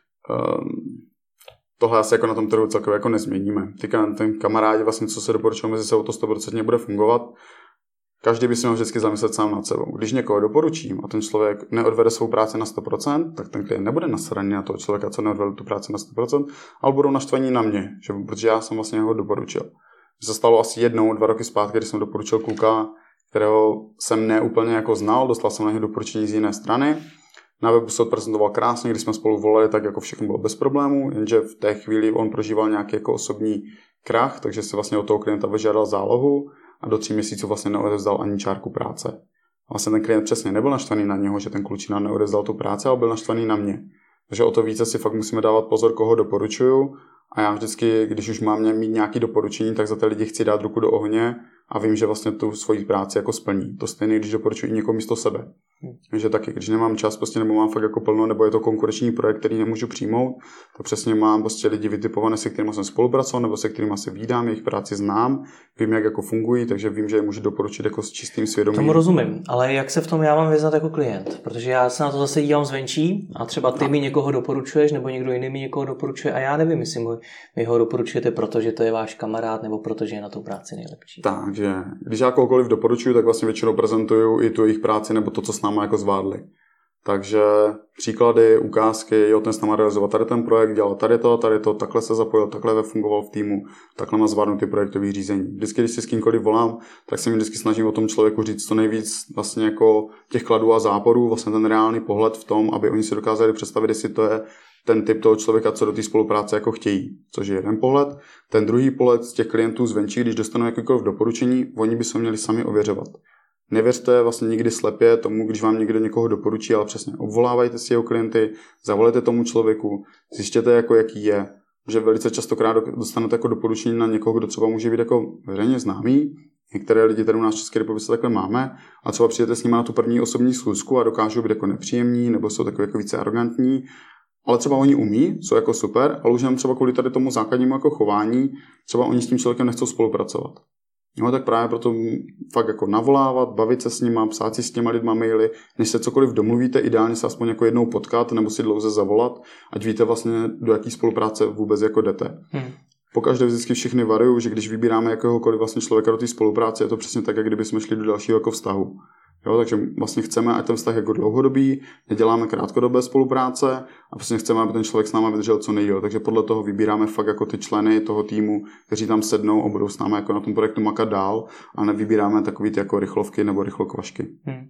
Tohle asi jako na tom trhu celkově jako nezměníme. Ten kamarádi vlastně, co se doporučuje mezi sebou, to 100% bude fungovat. Každý by si měl vždycky zamyslet sám nad sebou. Když někoho doporučím a ten člověk neodvede svou práci na 100%, tak ten klient nebude nasraný na toho člověka, co neodvedl tu práci na 100%, ale budou naštvaní na mě, protože já jsem vlastně ho doporučil. Mně se stalo asi 1-2 roky zpátky, když jsem doporučil kluka, kterého jsem neúplně jako znal, dostal jsem na něj doporučení z jiné strany. Na webu se odprezentoval krásně, když jsme spolu volali, tak jako všechno bylo bez problémů, jenže v té chvíli on prožíval nějaký jako osobní krach, takže si vlastně od toho klienta vyžádal zálohu a do 3 měsíců vlastně neodevzdal ani čárku práce. A vlastně ten klient přesně nebyl naštvaný na něho, že ten klučina neodevzdal tu práci, ale byl naštvaný na mě. Takže o to více si fakt musíme dávat pozor, koho doporučuju. A já vždycky, když už mám mít nějaké doporučení, tak za ty lidi chci dát ruku do ohně a vím, že vlastně tu svoji práci jako splní. To stejné, když doporučuji někoho místo sebe. Takže taky, když nemám čas, prostě nebo mám fakt jako plno, nebo je to konkurenční projekt, který nemůžu přijmout, tak přesně mám prostě lidi vytipované, se kterými jsem spolupracoval, nebo se kterými se vídám, jejich práci znám, vím, jak jako fungují, takže vím, že je můžu doporučit jako s čistým svědomím. Tomu rozumím, ale jak se v tom já mám vyznat jako klient? Protože já se na to zase dívám zvenčí a třeba ty mi někoho doporučuješ, nebo někdo jiný mi někoho doporučuje a já nevím, jestli mi ho doporučujete, protože to je váš kamarád, nebo protože je na tu práci nejlepší. Takže když já kohokoliv doporučuji, tak vlastně většinou prezentuju i tu jejich práci nebo to, co s námi jako zvládli. Takže příklady, ukázky, jo, ten s náma realizoval tady ten projekt, dělal tady to, takhle se zapojil, takhle fungoval v týmu, takhle má zvládnutý projektový řízení. Vždycky, když si s kýmkoliv volám, tak se mi vždycky snažím o tom člověku říct co nejvíc vlastně jako těch kladů a záporů, vlastně ten reálný pohled v tom, aby oni si dokázali představit, jestli to je ten typ toho člověka, co do té spolupráce jako chtějí, což je jeden pohled. Ten druhý pohled z těch klientů zvenčí, když dostanou jakékoliv doporučení, oni by se měli sami ověřovat. Nevěřte vlastně nikdy slepě tomu, když vám někdo někoho doporučí, ale přesně obvolávajte si jeho klienty, zavolejte tomu člověku, zjištěte, jako jaký je, že velice častokrát dostanete jako doporučení na někoho, kdo třeba může být jako veřejně známý. Některé lidi tady u nás v České republice takhle máme a třeba přijete s nimi na tu první osobní schůzku a dokážou být jako nepříjemní nebo jsou takový jako více arrogantní, ale třeba oni umí, jsou jako super, ale už jenom třeba kvůli tady tomu základnímu jako chování, třeba oni s tím člověkem nechcou spolupracovat. No, tak právě proto fakt jako navolávat, bavit se s nima, psát si s těma lidma maily, než se cokoliv domluvíte, ideálně se aspoň jako jednou potkat nebo si dlouze zavolat, ať víte vlastně, do jaký spolupráce vůbec jako jdete. Pokaždé vždycky všechny varuju, že když vybíráme jakéhokoliv vlastně člověka do té spolupráce, je to přesně tak, jak kdyby jsme šli do dalšího jako vztahu. Jo, takže vlastně chceme, ať ten vztah jako dlouhodobý, neděláme krátkodobé spolupráce a vlastně chceme, aby ten člověk s námi vydržel co nejdéle. Takže podle toho vybíráme fakt jako ty členy toho týmu, kteří tam sednou a budou s námi jako na tom projektu makat dál a nevybíráme takový ty jako rychlovky nebo rychlokvašky.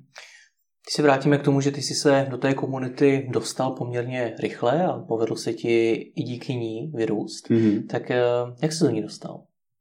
Když se vrátíme k tomu, že ty jsi se do té komunity dostal poměrně rychle a povedl se ti i díky ní vyrůst, tak jak jsi do ní dostal?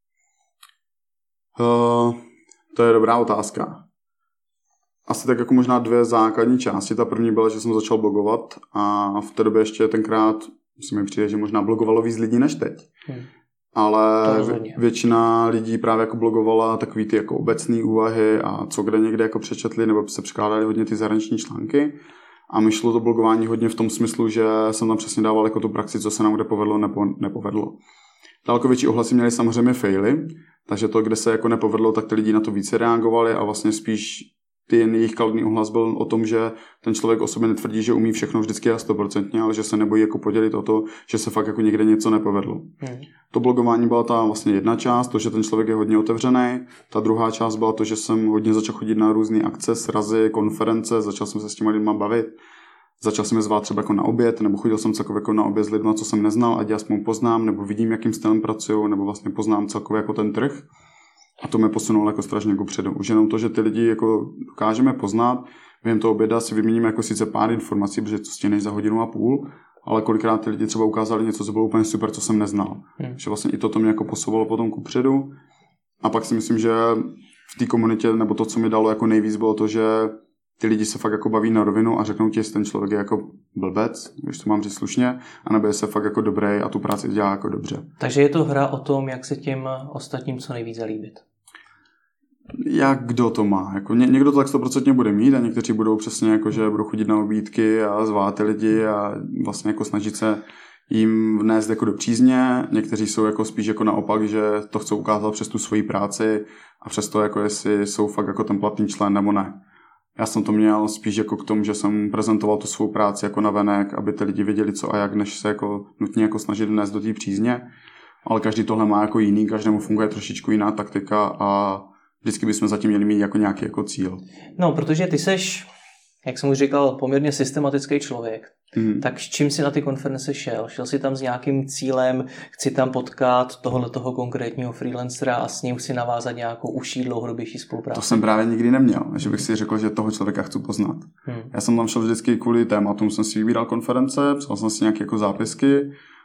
To je dobrá otázka. Asi tak jako možná 2 základní části. Ta první byla, že jsem začal blogovat a v té době ještě tenkrát si mi přijde, že možná blogovalo víc lidí než teď. Ale většina lidí právě jako blogovala takový ty jako obecné úvahy a co kde někde jako přečetli nebo se překládaly hodně ty zahraniční články. A mi šlo to blogování hodně v tom smyslu, že jsem tam přesně dával jako tu praxi, co se nám kde povedlo, nepovedlo. Daleko větší ohlasy měly samozřejmě faily, takže to, kde se jako nepovedlo, tak ty lidi na to více reagovali a vlastně spíš ten jejich kladný ohlas byl o tom, že ten člověk o sobě netvrdí, že umí všechno vždycky a 100%, ale že se nebojí jako podělit o to, že se fakt jako někde něco nepovedlo. To blogování byla ta vlastně jedna část, to, že ten člověk je hodně otevřený. Ta druhá část byla to, že jsem hodně začal chodit na různé akce, srazy, konference, začal jsem se s těma lidma bavit. Začal jsem je zvát třeba jako na oběd, nebo chodil jsem celkově jako na oběd s lidma, co jsem neznal, ať já aspoň poznám, nebo vidím, jakým stylem pracují, nebo vlastně poznám celkově jako ten trh. A to mě posunulo jako strašně kupředu. Už jenom to, že ty lidi jako dokážeme poznat, během toho oběda si vyměníme jako sice pár informací, protože to stěneš za 1,5 hodiny, ale kolikrát ty lidi třeba ukázali něco, co bylo úplně super, co jsem neznal. Že vlastně i toto mě jako posouvalo potom kupředu. A pak si myslím, že v té komunitě, nebo to, co mi dalo jako nejvíc, bylo to, že ty lidi se fakt jako baví na rovinu a řeknou ti, jestli ten člověk je jako blbec, když to mám říct slušně, anebo je se fakt jako dobrý a tu práci dělá jako dobře. Takže je to hra o tom, jak se těm ostatním co nejvíc zalíbit. Jak kdo to má. Jako někdo to tak 100% bude mít a někteří budou přesně jako, že budou chodit na obídky a zvát lidi a vlastně jako snažit se jim vnést jako do přízně. Někteří jsou jako spíš jako naopak, že to chcou ukázat přes tu svoji práci a přes to, jako jestli jsou fakt jako ten platný člen nebo ne. Já jsem to měl spíš jako k tomu, že jsem prezentoval tu svou práci jako navenek, aby ty lidi věděli co a jak, než se jako nutně jako snažit vnést do té přízně. Ale každý tohle má jako jiný, každému funguje trošičku jiná taktika a vždycky bychom zatím měli mít jako nějaký jako cíl. No, protože ty seš, jak jsem už říkal, poměrně systematický člověk. Tak s čím jsi na ty konference šel? Šel jsi tam s nějakým cílem, chci tam potkat toho konkrétního freelancera a s ním chci navázat nějakou užší dlouhodobější spolupráci? To jsem právě nikdy neměl, že bych si řekl, že toho člověka chci poznat. Já jsem tam šel vždycky kvůli tématům, jsem si vybíral konference, psal jsem si nějaké jako zápisky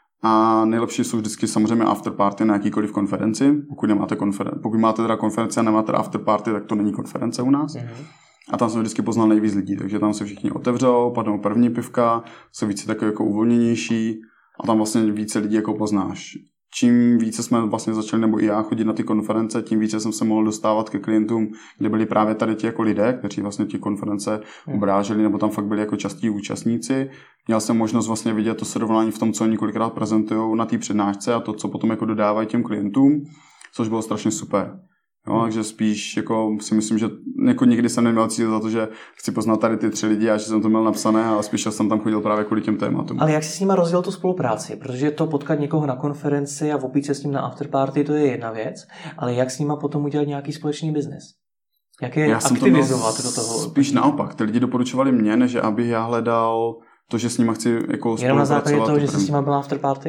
a nejlepší jsou vždycky samozřejmě afterparty na jakýkoliv konferenci. Pokud máte teda konference a nemáte afterparty, tak to není konference u nás. A tam jsem vždycky poznal nejvíc lidí, takže tam se všichni otevřou, padnou první pivka, jsou více takové jako uvolněnější a tam vlastně více lidí jako poznáš. Čím více jsme vlastně začali, nebo i já chodit na ty konference, tím více jsem se mohl dostávat ke klientům, kde byli právě tady ti jako lidé, kteří vlastně ty konference obráželi, nebo tam fakt byli jako častí účastníci. Měl jsem možnost vlastně vidět to srovnání v tom, co oni kolikrát prezentují na té přednášce a to, co potom jako dodávají těm klientům, což bylo strašně super. Jo, takže spíš jako si myslím, že jako nikdy jsem neměl cíl za to, že chci poznat tady ty 3 lidi a že jsem to měl napsané, ale spíš jsem tam chodil právě kvůli těm tématům. Ale jak jsi s nima rozdělil tu spolupráci? Protože to potkat někoho na konferenci a opít se s ním na afterparty, to je jedna věc, ale jak s nima potom udělat nějaký společný biznes? Jak je aktivizovat do toho? Spíš naopak, ty lidi doporučovali mě, než aby já hledal to, že s nima chci jako spolupracovat. Jenom na základě toho, že jsi s nima byl na afterparty?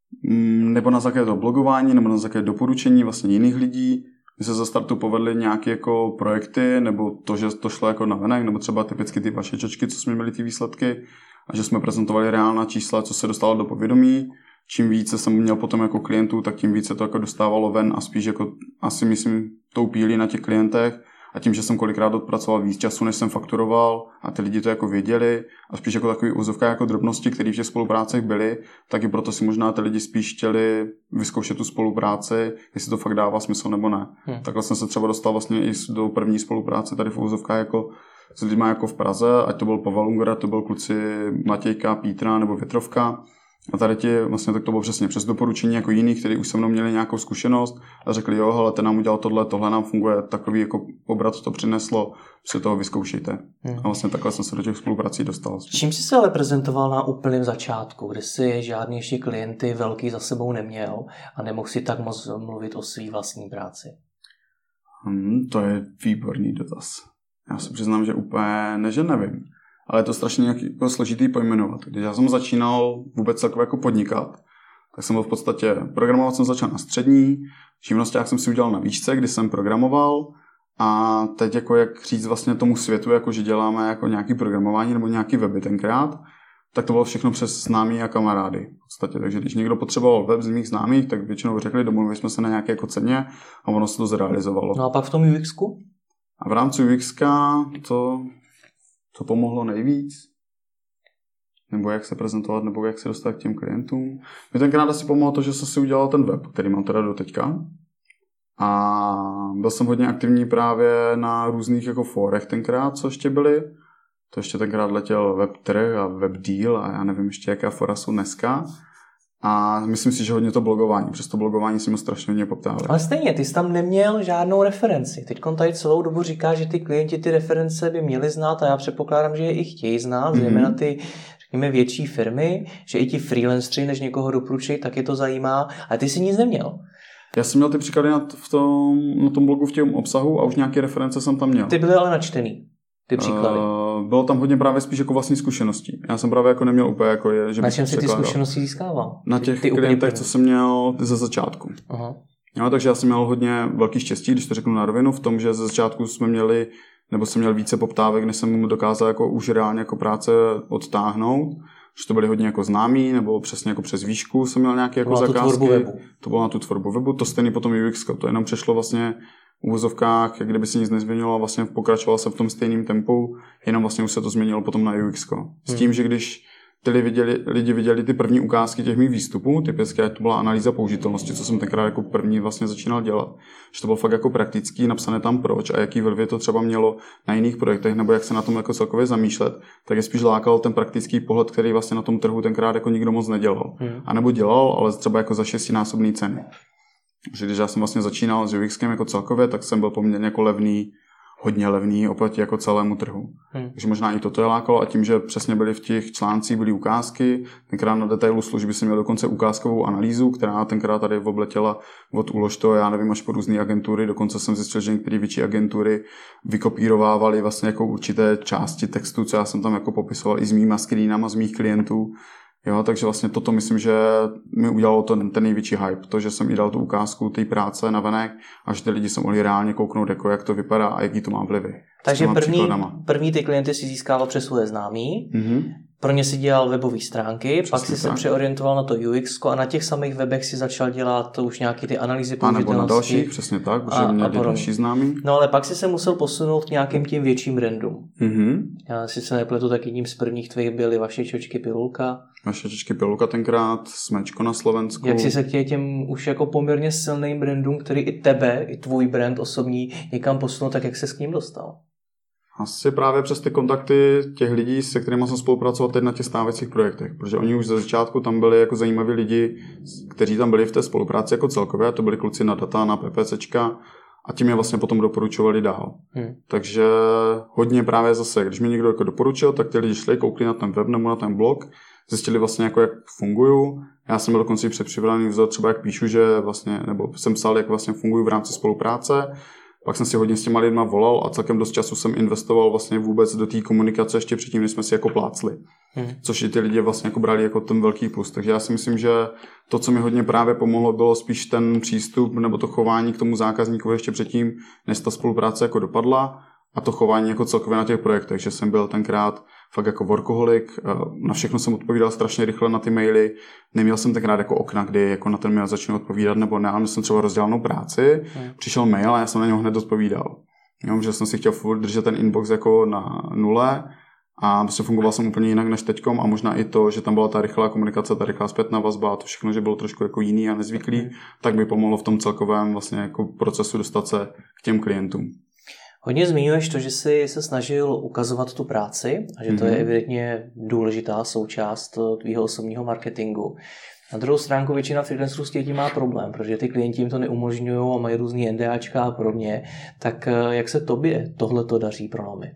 Nebo na základě toho blogování, nebo na základě doporučení vlastně jiných lidí. My se za startu povedly nějaké jako projekty, nebo to, že to šlo jako navenek, nebo třeba typicky ty vaše čočky, co jsme měli ty výsledky, a že jsme prezentovali reálná čísla, co se dostalo do povědomí. Čím více jsem měl potom jako klientů, tak tím více to jako dostávalo ven a spíš jako asi myslím tou pílí na těch klientech. A tím, že jsem kolikrát odpracoval víc času, než jsem fakturoval a ty lidi to jako věděli a spíš jako takový úzovka jako drobnosti, které v těch spoluprácech byly, tak i proto si možná ty lidi spíš chtěli vyzkoušet tu spolupráci, jestli to fakt dává smysl nebo ne. Takhle jsem se třeba dostal vlastně i do první spolupráce tady v úzovkách jako s lidmi jako v Praze, ať to byl Pavel Ungera, to byl kluci Matějka, Pítra nebo Větrovka. A tady ti vlastně tak to bylo přesně přes doporučení jako jiných, kteří už se mnou měli nějakou zkušenost a řekli, jo, hele, ten nám udělal tohle nám funguje, takový jako obrat to přineslo, si toho vyzkoušejte. A vlastně takhle jsem se do těch spoluprací dostal. Čím jsi se ale prezentoval na úplném začátku, kdy jsi žádný ještě klienty velký za sebou neměl a nemohl si tak moc mluvit o své vlastní práci? To je výborný dotaz. Já se přiznám, že úplně nevím. Ale je to strašně jako složitý pojmenovat. Když já jsem začínal vůbec celkově jako podnikat, tak jsem byl v podstatě, programovat jsem začal na střední, živnosťák jsem si udělal na výšce, kdy jsem programoval a teď jako jak říct vlastně tomu světu, jako že děláme jako nějaký programování nebo nějaký weby tenkrát, tak to bylo všechno přes známí a kamarády v podstatě. Takže když někdo potřeboval web z mých známých, tak většinou řekli, domluvili jsme se na nějaké jako ceně a ono se to zrealizovalo. No a pak v tom UXku? A v rámci UXka to co pomohlo nejvíc, nebo jak se prezentovat, nebo jak se dostat k těm klientům. Mě tenkrát asi pomohlo to, že jsem si udělal ten web, který mám teda do teďka. A byl jsem hodně aktivní právě na různých jako fórech tenkrát, co ještě byly. To ještě tenkrát letěl WebTrh a WebDeal a já nevím ještě, jaká fora jsou dneska. A myslím si, že hodně to blogování. Přes to blogování si mi strašně hodně poptávali. Ale stejně, ty jsi tam neměl žádnou referenci. Teď tady celou dobu říká, že ty klienti ty reference by měli znát a já předpokládám, že je i chtějí znát, zejména ty, řekněme, větší firmy, že i ti freelanceri, než někoho doporučí, tak je to zajímá. Ale ty jsi nic neměl. Já jsem měl ty příklady na tom blogu v těm obsahu a už nějaké reference jsem tam měl. Ty byly ale načtený. Ty příklady. Bylo tam hodně právě spíš jako vlastní zkušeností. Já jsem právě jako neměl úplně jako že na čem si ty zkušenosti získával? Na těch klientech, co jsem měl ze začátku. Aha. Jo, takže já jsem měl hodně velký štěstí, když to řeknu na rovinu, v tom, že ze začátku jsem měl více poptávek, než jsem dokázal jako už reálně jako práce odtáhnout. Že to byly hodně jako známí, nebo přesně jako přes výšku jsem měl nějaké jako zakázky. To bylo na tu tvorbu webu. To stejný potom UX, to jenom přešlo vlastně v uvozovkách, jak kdyby se nic nezměnilo a vlastně pokračoval jsem v tom stejném tempu, jenom vlastně už se to změnilo potom na UX. S tím, že když ty lidi viděli ty první ukázky těch mých výstupů, typicky to byla analýza použitelnosti, co jsem tenkrát jako první vlastně začínal dělat. Že to bylo fakt jako praktický, napsané tam proč a jaký vliv to třeba mělo na jiných projektech, nebo jak se na tom jako celkově zamýšlet, tak je spíš lákal ten praktický pohled, který vlastně na tom trhu tenkrát jako nikdo moc nedělal. A nebo dělal, ale třeba jako za 6násobný ceny. Že když já jsem vlastně začínal s UXkem jako celkově, tak jsem byl poměrně jako levný, hodně levný oproti jako celému trhu. Takže možná i toto je lákalo a tím, že přesně byly v těch článcích byly ukázky, tenkrát na detailu služby jsem měl dokonce ukázkovou analýzu, která tenkrát tady obletěla od Uložto, já nevím, až po různé agentury, dokonce jsem zjistil, že některé větší agentury vykopírovávaly vlastně jako určité části textu, co já jsem tam jako popisoval i s mýma screenama z mých klientů. Jo, takže vlastně toto myslím, že mi udělalo ten největší hype, to, že jsem jí dal tu první té práce navenek a že ty lidi se mohli reálně kouknout, jako jak to vypadá a jaký to má vlivy. Takže první ty klienty si získával přes svoje známí, pro ně si dělal webové stránky, přesně pak si se přeorientoval na to UX a na těch samých webech si začal dělat už nějaký ty analýzy použitelnosti. A nebo na dalších, přesně tak, protože měli další známí. No ale pak si se musel posunout k nějakým tím větším brandům. Já si se nepletu, tak jedním z prvních tvých byly Vaše čočky Pilulka. Vaše čočky Pilulka tenkrát, Smečko na Slovensku. Jak jsi se k těm už jako poměrně silným brandům, který i tebe, i tvůj brand osobní někam posunul, tak jak se k ním dostal? Asi právě přes ty kontakty těch lidí, se kterými jsem spolupracoval teď na těch stávajících projektech, protože oni už ze začátku tam byli jako zajímaví lidi, kteří tam byli v té spolupráci jako celkově, to byli kluci na data, na PPCčka a tím je vlastně potom doporučovali dál. Takže hodně právě zase, když mi někdo jako doporučil, tak ty lidi šli, koukli na ten web nebo na ten blog, zjistili vlastně jako jak fungují. Já jsem byl dokonce předpřipravený vzor třeba jak píšu, že vlastně, nebo jsem psal, jak vlastně fungují v rámci spolupráce. Pak jsem si hodně s těma lidma volal a celkem dost času jsem investoval vlastně vůbec do té komunikace ještě předtím, než jsme si jako plácli. Což i ty lidi vlastně jako brali jako ten velký plus. Takže já si myslím, že to, co mi hodně právě pomohlo, bylo spíš ten přístup nebo to chování k tomu zákazníkovi ještě předtím, než ta spolupráce jako dopadla a to chování jako celkově na těch projektech, že jsem byl tenkrát fakt jako workoholik, na všechno jsem odpovídal strašně rychle na ty maily, neměl jsem tenkrát jako okna, kdy jako na ten mail začnu odpovídat, nebo ne, měl jsem třeba rozdělanou práci, přišel mail a já jsem na něho hned odpovídal. Jo, že jsem si chtěl furt držet ten inbox jako na nule a prostě fungoval jsem úplně jinak než teďkom a možná i to, že tam byla ta rychlá komunikace, ta rychlá zpětná vazba a to všechno, že bylo trošku jako jiný a nezvyklý, tak by pomohlo v tom celkovém vlastně jako procesu dostat se k těm klientům. Hodně zmiňuješ to, že jsi se snažil ukazovat tu práci a že to je evidentně důležitá součást tvýho osobního marketingu. Na druhou stránku většina freelancerů s tím má problém, protože ty klienti jim to neumožňují a mají různý NDAčka a podobně. Tak jak se tobě tohleto daří prolomit?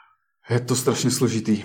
Je to strašně složitý.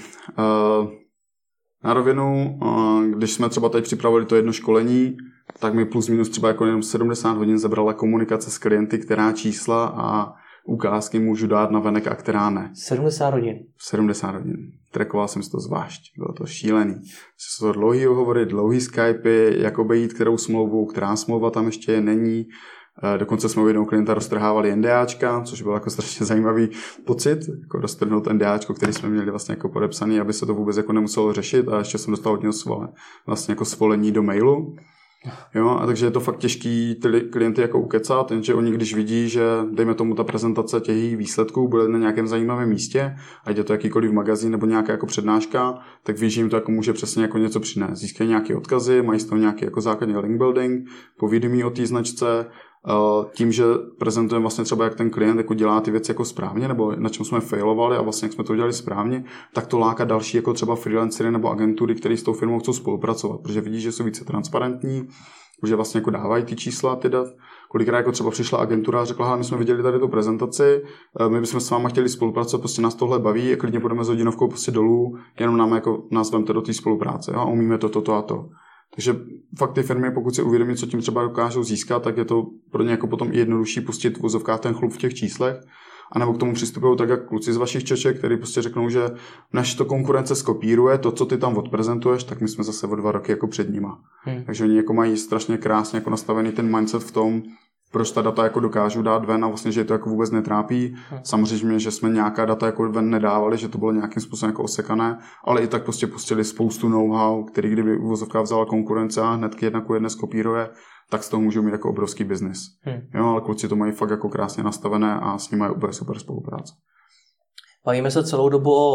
Na rovinu, když jsme třeba teď připravili to jedno školení, tak mi plus minus třeba jako jenom 70 hodin zabrala komunikace s klienty, která čísla a ukázky můžu dát na venek a která ne. 70 hodin? 70 hodin. Trackoval jsem si to zvlášť. Bylo to šílený. Jsou to dlouhý hovory, dlouhý Skypy, jak obejít kterou smlouvu, která smlouva tam ještě není. Dokonce jsme u jednoho klienta roztrhávali NDAčka, což byl jako strašně zajímavý pocit, jako roztrhnout NDAčko, který jsme měli vlastně jako podepsaný, aby se to vůbec jako nemuselo řešit a ještě jsem dostal od něho vlastně jako svolení do mailu. Jo, a takže je to fakt těžký ty klienty jako ukecat, jenže oni když vidí, že dejme tomu ta prezentace těch výsledků bude na nějakém zajímavém místě, ať je to jakýkoliv magazín nebo nějaká jako přednáška, tak ví, že jim to jako může přesně jako něco přinést. Získají nějaké odkazy, mají z toho nějaký jako základní link building, povědomí o té značce, tím, že prezentujeme vlastně třeba, jak ten klient jako dělá ty věci jako správně, nebo na čem jsme failovali a vlastně jak jsme to udělali správně, tak to láká další jako třeba freelancery nebo agentury, které s tou firmou chcou spolupracovat, protože vidí, že jsou více transparentní, že vlastně jako dávají ty čísla, ty dat. Kolikrát jako třeba přišla agentura a řekla, my jsme viděli tady tu prezentaci, my bychom s váma chtěli spolupracovat, prostě nás tohle baví, klidně půjdeme s hodinovkou prostě dolů, jenom nám jako nás vemte do té spolupráce, jo? A umíme to a to. Takže fakt ty firmy, pokud si uvědomí, co tím třeba dokážou získat, tak je to pro ně jako potom i jednodušší pustit v vozovkách ten chlup v těch číslech. A nebo k tomu přistupují tak, jak kluci z vašich čoček, který prostě řeknou, že než to konkurence skopíruje, to, co ty tam odprezentuješ, tak my jsme zase o 2 roky jako před nima. Takže oni jako mají strašně krásně jako nastavený ten mindset v tom, proč ta data jako dokážu dát ven a vlastně, že je to jako vůbec netrápí. Samozřejmě, že jsme nějaká data jako ven nedávali, že to bylo nějakým způsobem jako osekané, ale i tak prostě pustili spoustu know-how, který kdyby uvozovka vzala konkurence a hnedky 1:1 skopíruje, tak z toho můžou mít jako obrovský biznis. Jo, ale kluci to mají fakt jako krásně nastavené a s nimi je úplně super spolupráce. Bavíme se celou dobu o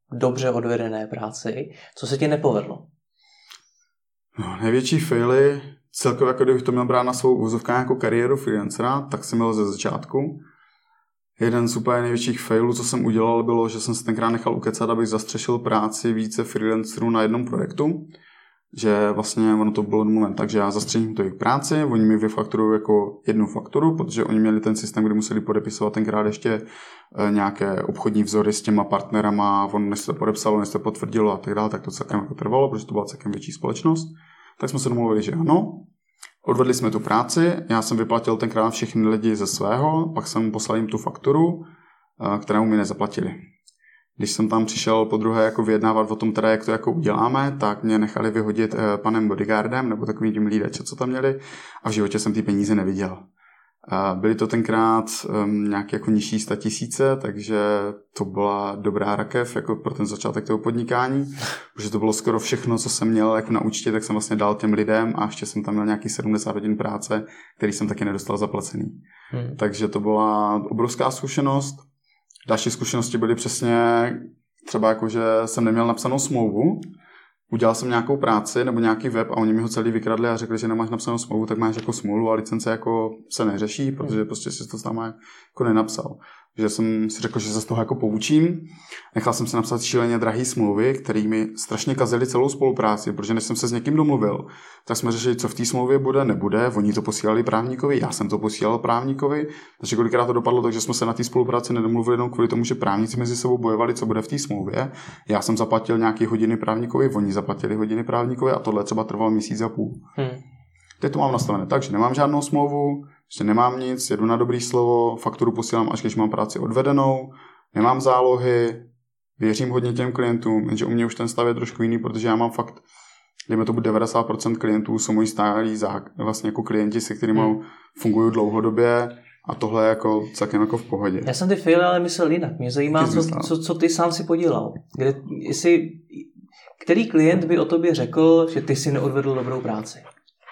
dobře odvedené práci. Co se ti nepovedlo? No, největší faily, celkově jako kdybych to měl brát na svou úzovku jako kariéru freelancera, tak jsem měl ze začátku. Jeden z úplně největších failů, co jsem udělal, bylo, že jsem se tenkrát nechal ukecat, abych zastřešil práci více freelancerů na jednom projektu. Že vlastně ono to bylo moment tak, že já zastřením to jejich práci, oni mi vyfakturují jako jednu fakturu, protože oni měli ten systém, kde museli podepisovat tenkrát ještě nějaké obchodní vzory s těma partnerama, on než se to podepsalo, než se to potvrdilo a tak dále, tak to celkem jako trvalo, protože to byla celkem větší společnost. Tak jsme se domluvili, že ano. Odvedli jsme tu práci, já jsem vyplatil tenkrát všechny lidi ze svého, pak jsem poslal jim tu fakturu, kterou mi nezaplatili. Když jsem tam přišel podruhé jako vyjednávat o tom teda, jak to jako uděláme, tak mě nechali vyhodit panem bodyguardem, nebo takovým tím lídačem, co tam měli, a v životě jsem ty peníze neviděl. Byly to tenkrát nějaké jako nižší 100 000, takže to byla dobrá rakev jako pro ten začátek toho podnikání, protože to bylo skoro všechno, co jsem měl jako na účtě, tak jsem vlastně dal těm lidem a ještě jsem tam měl nějaký 70 hodin práce, který jsem taky nedostal zaplacený. Takže to byla obrovská zkušenost. Další zkušenosti byly přesně třeba jako, že jsem neměl napsanou smlouvu, udělal jsem nějakou práci nebo nějaký web a oni mi ho celý vykradli a řekli, že nemáš napsanou smlouvu, tak máš jako smlouvu a licence jako se neřeší, protože prostě si to tam jako nenapsal. že jsem si řekl, že se z toho jako poučím. Nechal jsem se napsat šíleně drahý smlouvy, které mi strašně kazily celou spolupráci, protože než jsem se s někým domluvil, tak jsme řešili, co v té smlouvě bude, nebude. Oni to posílali právníkovi, já jsem to posílal právníkovi, takže kolikrát to dopadlo tak, že jsme se na té spolupráci nedomluvili jenom kvůli tomu, že právníci mezi sebou bojovali, co bude v té smlouvě. Já jsem zaplatil nějaké hodiny právníkovi, oni zaplatili hodiny právníkovi a tohle třeba trvalo měsíc a půl. Teď to mám nastavené tak, že nemám žádnou smlouvu, že nemám nic, jedu na dobrý slovo, fakturu posílám, až když mám práci odvedenou, nemám zálohy, věřím hodně těm klientům, jenže u mě už ten stav je trošku jiný, protože já mám fakt, dejme to 90% klientů jsou moji stálí vlastně jako klienti, se kterými fungují dlouhodobě a tohle je jako celkem jako v pohodě. Já jsem ty faily ale myslel jinak. Mě zajímá, co ty sám si podělal. Který klient by o tobě řekl, že ty si neodvedl dobrou práci?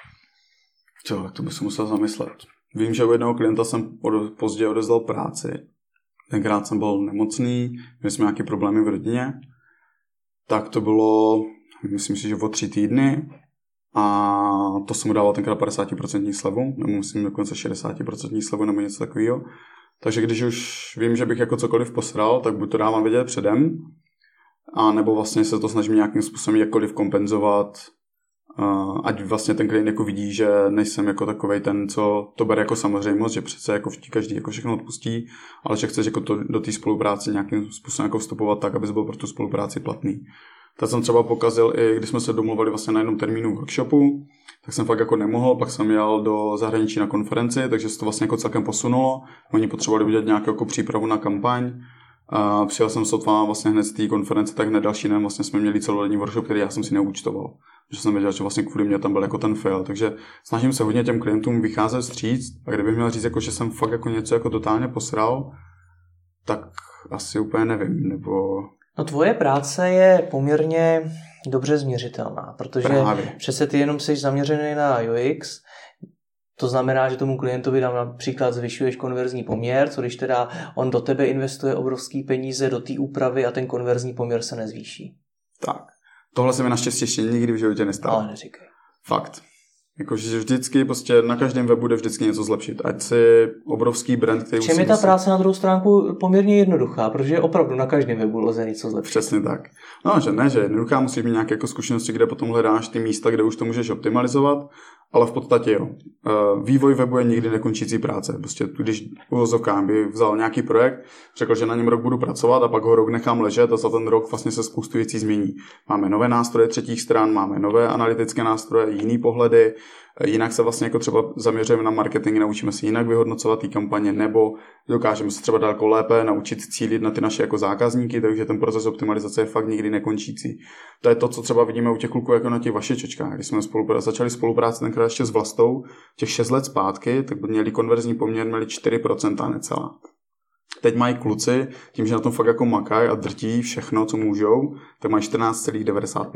Tak to bych se musel zamyslet. Vím, že u jednoho klienta jsem později odezdal práci. Tenkrát jsem byl nemocný, měli jsme nějaké problémy v rodině. Tak to bylo, myslím si, že o 3 týdny. A to jsem mu dával tenkrát 50% slevu, nebo myslím dokonce 60% slevu, nebo něco takového. Takže když už vím, že bych jako cokoliv posral, tak buď to dávám vědět předem, a nebo vlastně se to snažím nějakým způsobem jakkoliv kompenzovat, ať vlastně ten klient jako vidí, že nejsem jako takovej ten, co to bere jako samozřejmost, že přece jako každý jako všechno odpustí, ale že chceš jako do té spolupráce nějakým způsobem jako vstupovat tak, abys byl pro tu spolupráci platný. Tak jsem třeba pokazil i, když jsme se domluvili vlastně na jednom termínu workshopu, tak jsem fakt jako nemohl, pak jsem jel do zahraničí na konferenci, takže se to vlastně jako celkem posunulo. Oni potřebovali udělat nějakou jako přípravu na kampaň. Přijel jsem sotva vlastně hned z té konference, tak hned další den vlastně jsme měli celodenní workshop, který já jsem si neúčtoval. Protože jsem věděl, že vlastně kvůli mě tam byl jako ten fail. Takže snažím se hodně těm klientům vycházet vstříc. A kdybych měl říct, jako, že jsem fakt jako něco jako totálně posral, tak asi úplně nevím. Nebo... No tvoje práce je poměrně dobře změřitelná, protože přece ty jenom jsi zaměřený na UX. To znamená, že tomu klientovi dám například zvyšuješ konverzní poměr, co když teda on do tebe investuje obrovský peníze do té úpravy a ten konverzní poměr se nezvýší. Tak. Tohle se mi naštěstí ještě nikdy v životě nestalo. Ale neříkej. Fakt. Jakože vždycky prostě na každém webu bude vždycky něco zlepšit. Ať si obrovský brand, který čem je ta práce na druhou stránku poměrně jednoduchá, protože opravdu na každém webu lze něco zlepšit. Přesně tak. No, že ne, že jednoduchá, musíš mít nějaké jako zkušenosti, kde potom hledáš ty místa, kde už to můžeš optimalizovat, ale v podstatě jo. Vývoj webu je nikdy nekončící práce. Prostě když uvozovkám by vzal nějaký projekt, řekl, že na něm rok budu pracovat a pak ho rok nechám ležet a za ten rok vlastně se spoustu věcí změní. Máme nové nástroje třetích stran, máme nové analytické nástroje, jiný pohledy, jinak se vlastně jako třeba zaměřujeme na marketing, naučíme se jinak vyhodnocovat ty kampaně, nebo dokážeme se třeba daleko lépe naučit cílit na ty naše jako zákazníky, takže ten proces optimalizace je fakt nikdy nekončící. To je to, co třeba vidíme u těch kluků jako na těch vašečečkách. Když jsme začali spolupráci tenkrát ještě s Vlastou, těch 6 let zpátky, tak měli konverzní poměr, měli 4% necelá. Teď mají kluci, tím, že na tom fakt jako makají a drtí všechno, co můžou, tak mají 14,95.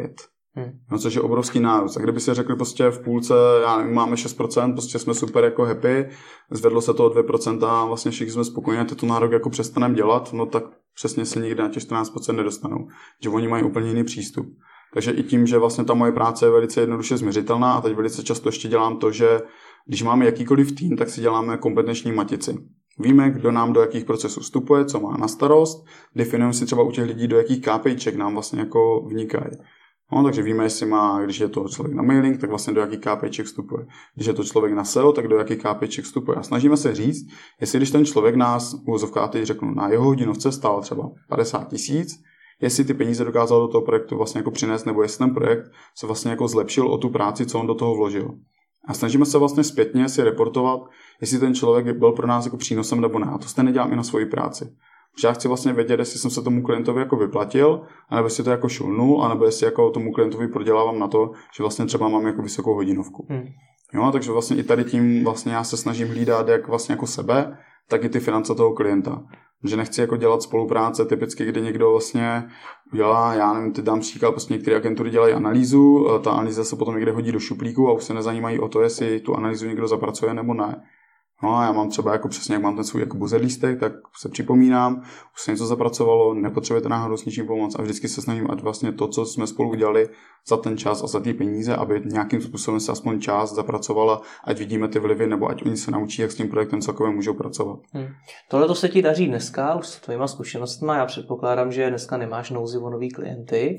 No, což je obrovský nárůst. A kdyby si řekli prostě v půlce, já nevím, máme 6%, prostě jsme super jako happy, zvedlo se to o 2% a vlastně všichni jsme spokojení, a to nárok jako přestaneme dělat, no tak přesně se nikdy na těch 14% nedostanou. Že oni mají úplně jiný přístup. Takže i tím, že vlastně ta moje práce je velice jednoduše změřitelná a teď velice často ještě dělám to, že když máme jakýkoliv tým, tak si děláme kompetenční matici. Víme, kdo nám do jakých procesů vstupuje, co má na starost, definujeme si třeba u těch lidí, do jakých KPIček nám vlastně jako vnikají. No, takže víme, jestli má, když je to člověk na mailing, tak vlastně do jakých KPIček vstupuje. Když je to člověk na SEO, tak do jakých KPIček vstupuje. A snažíme se říct, jestli když ten člověk nás, uvozovka, teď řeknu, na jeho hodinovce stál třeba 50 000, jestli ty peníze dokázal do toho projektu vlastně jako přinést, nebo jestli ten projekt se vlastně jako zlepšil o tu práci, co on do toho vložil. A snažíme se vlastně zpětně si reportovat, jestli ten člověk byl pro nás jako přínosem nebo ne. A to stejně nedělám i na svoji práci. Protože já chci vlastně vědět, jestli jsem se tomu klientovi jako vyplatil, anebo jestli to jako šulnul, anebo jestli jako tomu klientovi prodělávám na to, že vlastně třeba mám jako vysokou hodinovku. Jo, takže vlastně i tady tím vlastně já se snažím hlídat jak vlastně jako sebe, tak i ty finance toho klienta. Že nechci jako dělat spolupráce typicky, kdy někdo vlastně dělá, já nevím, ty dám příklad, prostě některé agentury dělají analýzu, ta analýza se potom někde hodí do šuplíku a už se nezajímají o to, jestli tu analýzu někdo zapracuje nebo ne. No a já mám třeba jako přesně, jak mám ten svůj jako buzzer lístek, tak se připomínám, už se něco zapracovalo, nepotřebujete náhodou s ničím pomoct a vždycky se snažím, ať vlastně to, co jsme spolu udělali za ten čas a za ty peníze, aby nějakým způsobem se aspoň část zapracovala, ať vidíme ty vlivy, nebo ať oni se naučí, jak s tím projektem celkově můžou pracovat. Tohle to se ti daří dneska, už s tvojima zkušenostmi, já předpokládám, že dneska nemáš nouzi o nový klienty.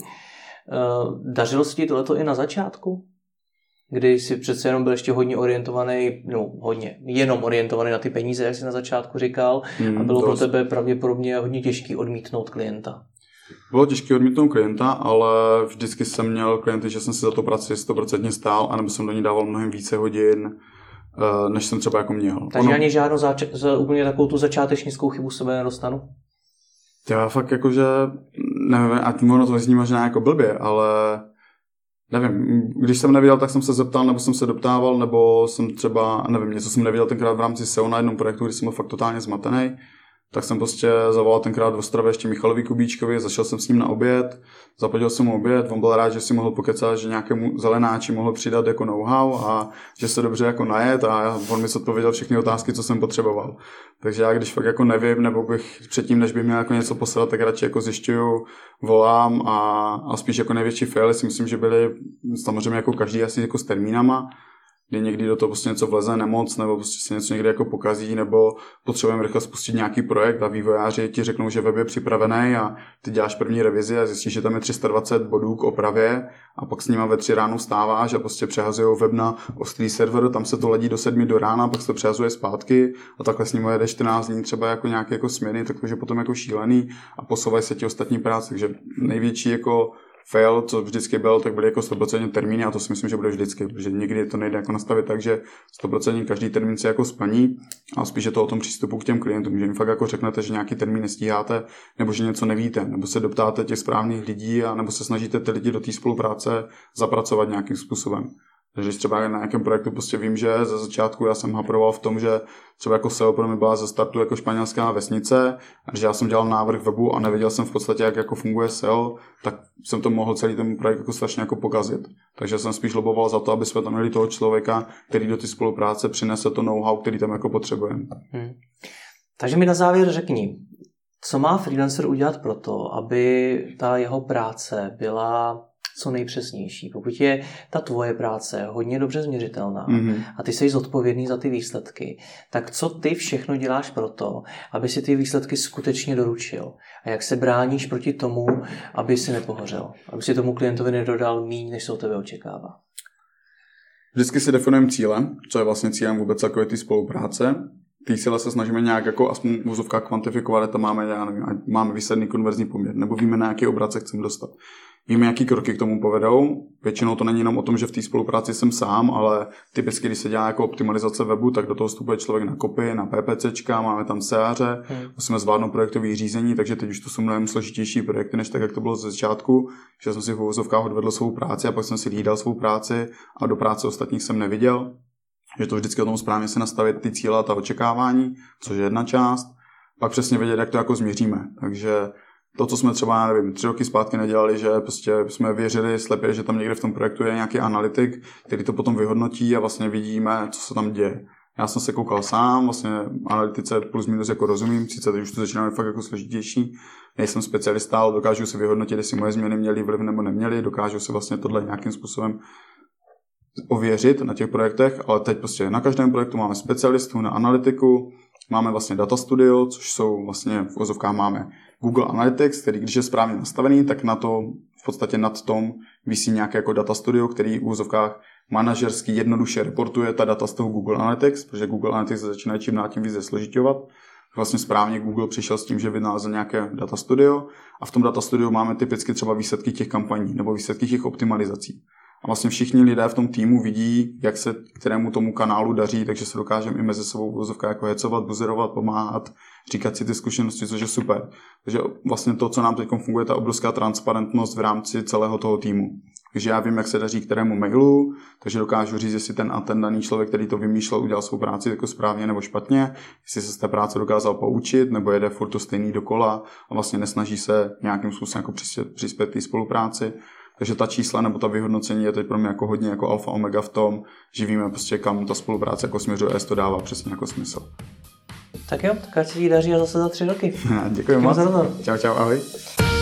Dařilo se ti tohleto i na začátku? Kdy jsi přece jenom byl ještě hodně orientovaný, jenom orientovaný na ty peníze, jak jsi na začátku říkal, a bylo pro tebe pravděpodobně hodně těžký odmítnout klienta. Bylo těžké odmítnout klienta, ale vždycky jsem měl klienty, že jsem si za to práci 100% stál, anebo jsem do ní dával mnohem více hodin, než jsem třeba jako měl. Takže ani žádnou úplně takovou tu začátečnickou chybu sebe nedostanu? Já fakt jakože, nevím, ať ono to zní možná jako blbě, ale nevím, když jsem nevěděl, tak jsem se zeptal, nebo jsem se doptával, nebo jsem třeba, nevím, něco jsem nevěděl tenkrát v rámci SEO na jednom projektu, kdy jsem byl fakt totálně zmatený, tak jsem prostě zavolal tenkrát v Ostravě ještě Michalovi Kubíčkovi, zašel jsem s ním na oběd, zaplatil jsem mu oběd, on byl rád, že si mohl pokecat, že nějakému zelenáči mohl přidat jako know-how a že se dobře jako najet a on mi odpověděl všechny otázky, co jsem potřeboval. Takže já když fakt jako nevím, nebo bych předtím, než bych měl jako něco poslat, tak radši jako zjišťuju, volám a spíš jako největší faily si myslím, že byly samozřejmě jako každý asi jako s termínama, kdy někdy do toho prostě něco vleze nemoc, nebo prostě se něco někdy jako pokazí, nebo potřebujeme rychle spustit nějaký projekt a vývojáři ti řeknou, že web je připravený a ty děláš první revizi a zjistíš, že tam je 320 bodů k opravě a pak s nima ve 3 ráno vstáváš a prostě přehazujou web na ostrý server, tam se to ladí do 7 do rána, pak se to přehazuje zpátky a takhle s nimi jede 14 dní třeba jako nějaké jako směny, takže potom jako šílený a posouvají se ti ostatní práce, takže největší jako fail, co vždycky byl, tak byly jako 100% termíny a to si myslím, že bude vždycky, protože někdy to nejde jako nastavit tak, že 100% každý termín se jako splní a spíš je to o tom přístupu k těm klientům, že jim fakt jako řeknete, že nějaký termín nestíháte, nebo že něco nevíte, nebo se doptáte těch správných lidí a nebo se snažíte ty lidi do té spolupráce zapracovat nějakým způsobem. Takže třeba na nějakém projektu prostě vím, že ze začátku já jsem haproval v tom, že třeba jako SEO pro mě byla ze startu jako španělská vesnice, a že já jsem dělal návrh webu a nevěděl jsem v podstatě, jak jako funguje SEO, tak jsem to mohl celý ten projekt jako strašně jako pokazit. Takže jsem spíš loboval za to, aby jsme tam měli toho člověka, který do té spolupráce přinese to know-how, který tam jako potřebujeme. Takže mi na závěr řekni, co má freelancer udělat pro to, aby ta jeho práce byla co nejpřesnější. Pokud je ta tvoje práce hodně dobře změřitelná a ty jsi zodpovědný za ty výsledky, tak co ty všechno děláš pro to, aby si ty výsledky skutečně doručil? A jak se bráníš proti tomu, aby si nepohořel? Aby si tomu klientovi nedodal míň, než se od tebe očekává? Vždycky si definujeme cíle, co je vlastně cílem vůbec takové ty spolupráce. Ty cíle se snažíme nějak jako aspoň v úzovkách kvantifikovat, tam máme, já nevím, máme výsledný konverzní poměr, nebo víme, na jaký obrat se chceme dostat. Víme, jaký kroky k tomu povedou. Většinou to není jenom o tom, že v té spolupráci jsem sám, ale typicky, když se dělá jako optimalizace webu, tak do toho vstupuje člověk na copy, na PPCčka, máme tam SEAře, musíme zvládnout projektové řízení, takže teď už to jsou mnohem složitější projekty, než tak, jak to bylo ze začátku, že jsem si v uvozovkách odvedl svou práci a pak jsem si hlídal svou práci a do práce ostatních jsem neviděl. Že to vždycky o tom správně se nastavit ty cíle a ta očekávání, což je jedna část, pak přesně vědět, jak to jako změříme. Takže to, co jsme třeba, nevím, 3 roky zpátky nedělali, že prostě jsme věřili slepě, že tam někde v tom projektu je nějaký analytik, který to potom vyhodnotí a vlastně vidíme, co se tam děje. Já jsem se koukal sám, vlastně analytice plus minus jako rozumím, sice teď už to začíná fakt jako složitější. Nejsem specialista, ale dokážu si vyhodnotit, jestli moje změny měly vliv nebo neměly, dokážu si vlastně tohle nějakým způsobem ověřit na těch projektech, ale teď prostě na každém projektu máme specialistu na analytiku, máme vlastně data studio, což jsou vlastně v uvozovkách máme Google Analytics, který když je správně nastavený, tak na to v podstatě nad tom visí nějaké jako data studio, který v uvozovkách manažersky jednoduše reportuje ta data z toho Google Analytics, protože Google Analytics se začíná čím dál tím víc zesložiťovat. Vlastně správně Google přišel s tím, že vynalezl nějaké data studio a v tom data studiu máme typicky třeba výsledky těch kampaní nebo výsledky těch optimalizací. A vlastně všichni lidé v tom týmu vidí, jak se kterému tomu kanálu daří, takže se dokážeme i mezi sebou vozovka jako hecovat, buzerovat, pomáhat, říkat si ty zkušenosti, což je super. Takže vlastně to, co nám teď funguje, ta obrovská transparentnost v rámci celého toho týmu. Takže já vím, jak se daří kterému mailu, takže dokážu říct, jestli ten a ten daný člověk, který to vymýšlel, udělal svou práci jako správně nebo špatně, jestli se z té práce dokázal poučit, nebo jede furt to stejný dokola a vlastně nesnaží se nějakým způsobem jako přispět té spolupráci. Takže ta čísla nebo ta vyhodnocení je teď pro mě jako hodně jako alfa omega v tom, že víme prostě, kam ta spolupráce jako směřuje, to dává přesně jako smysl. Tak jo, tak ať se jí daří a zase za 3 roky. Děkuji moc. Čau, ahoj.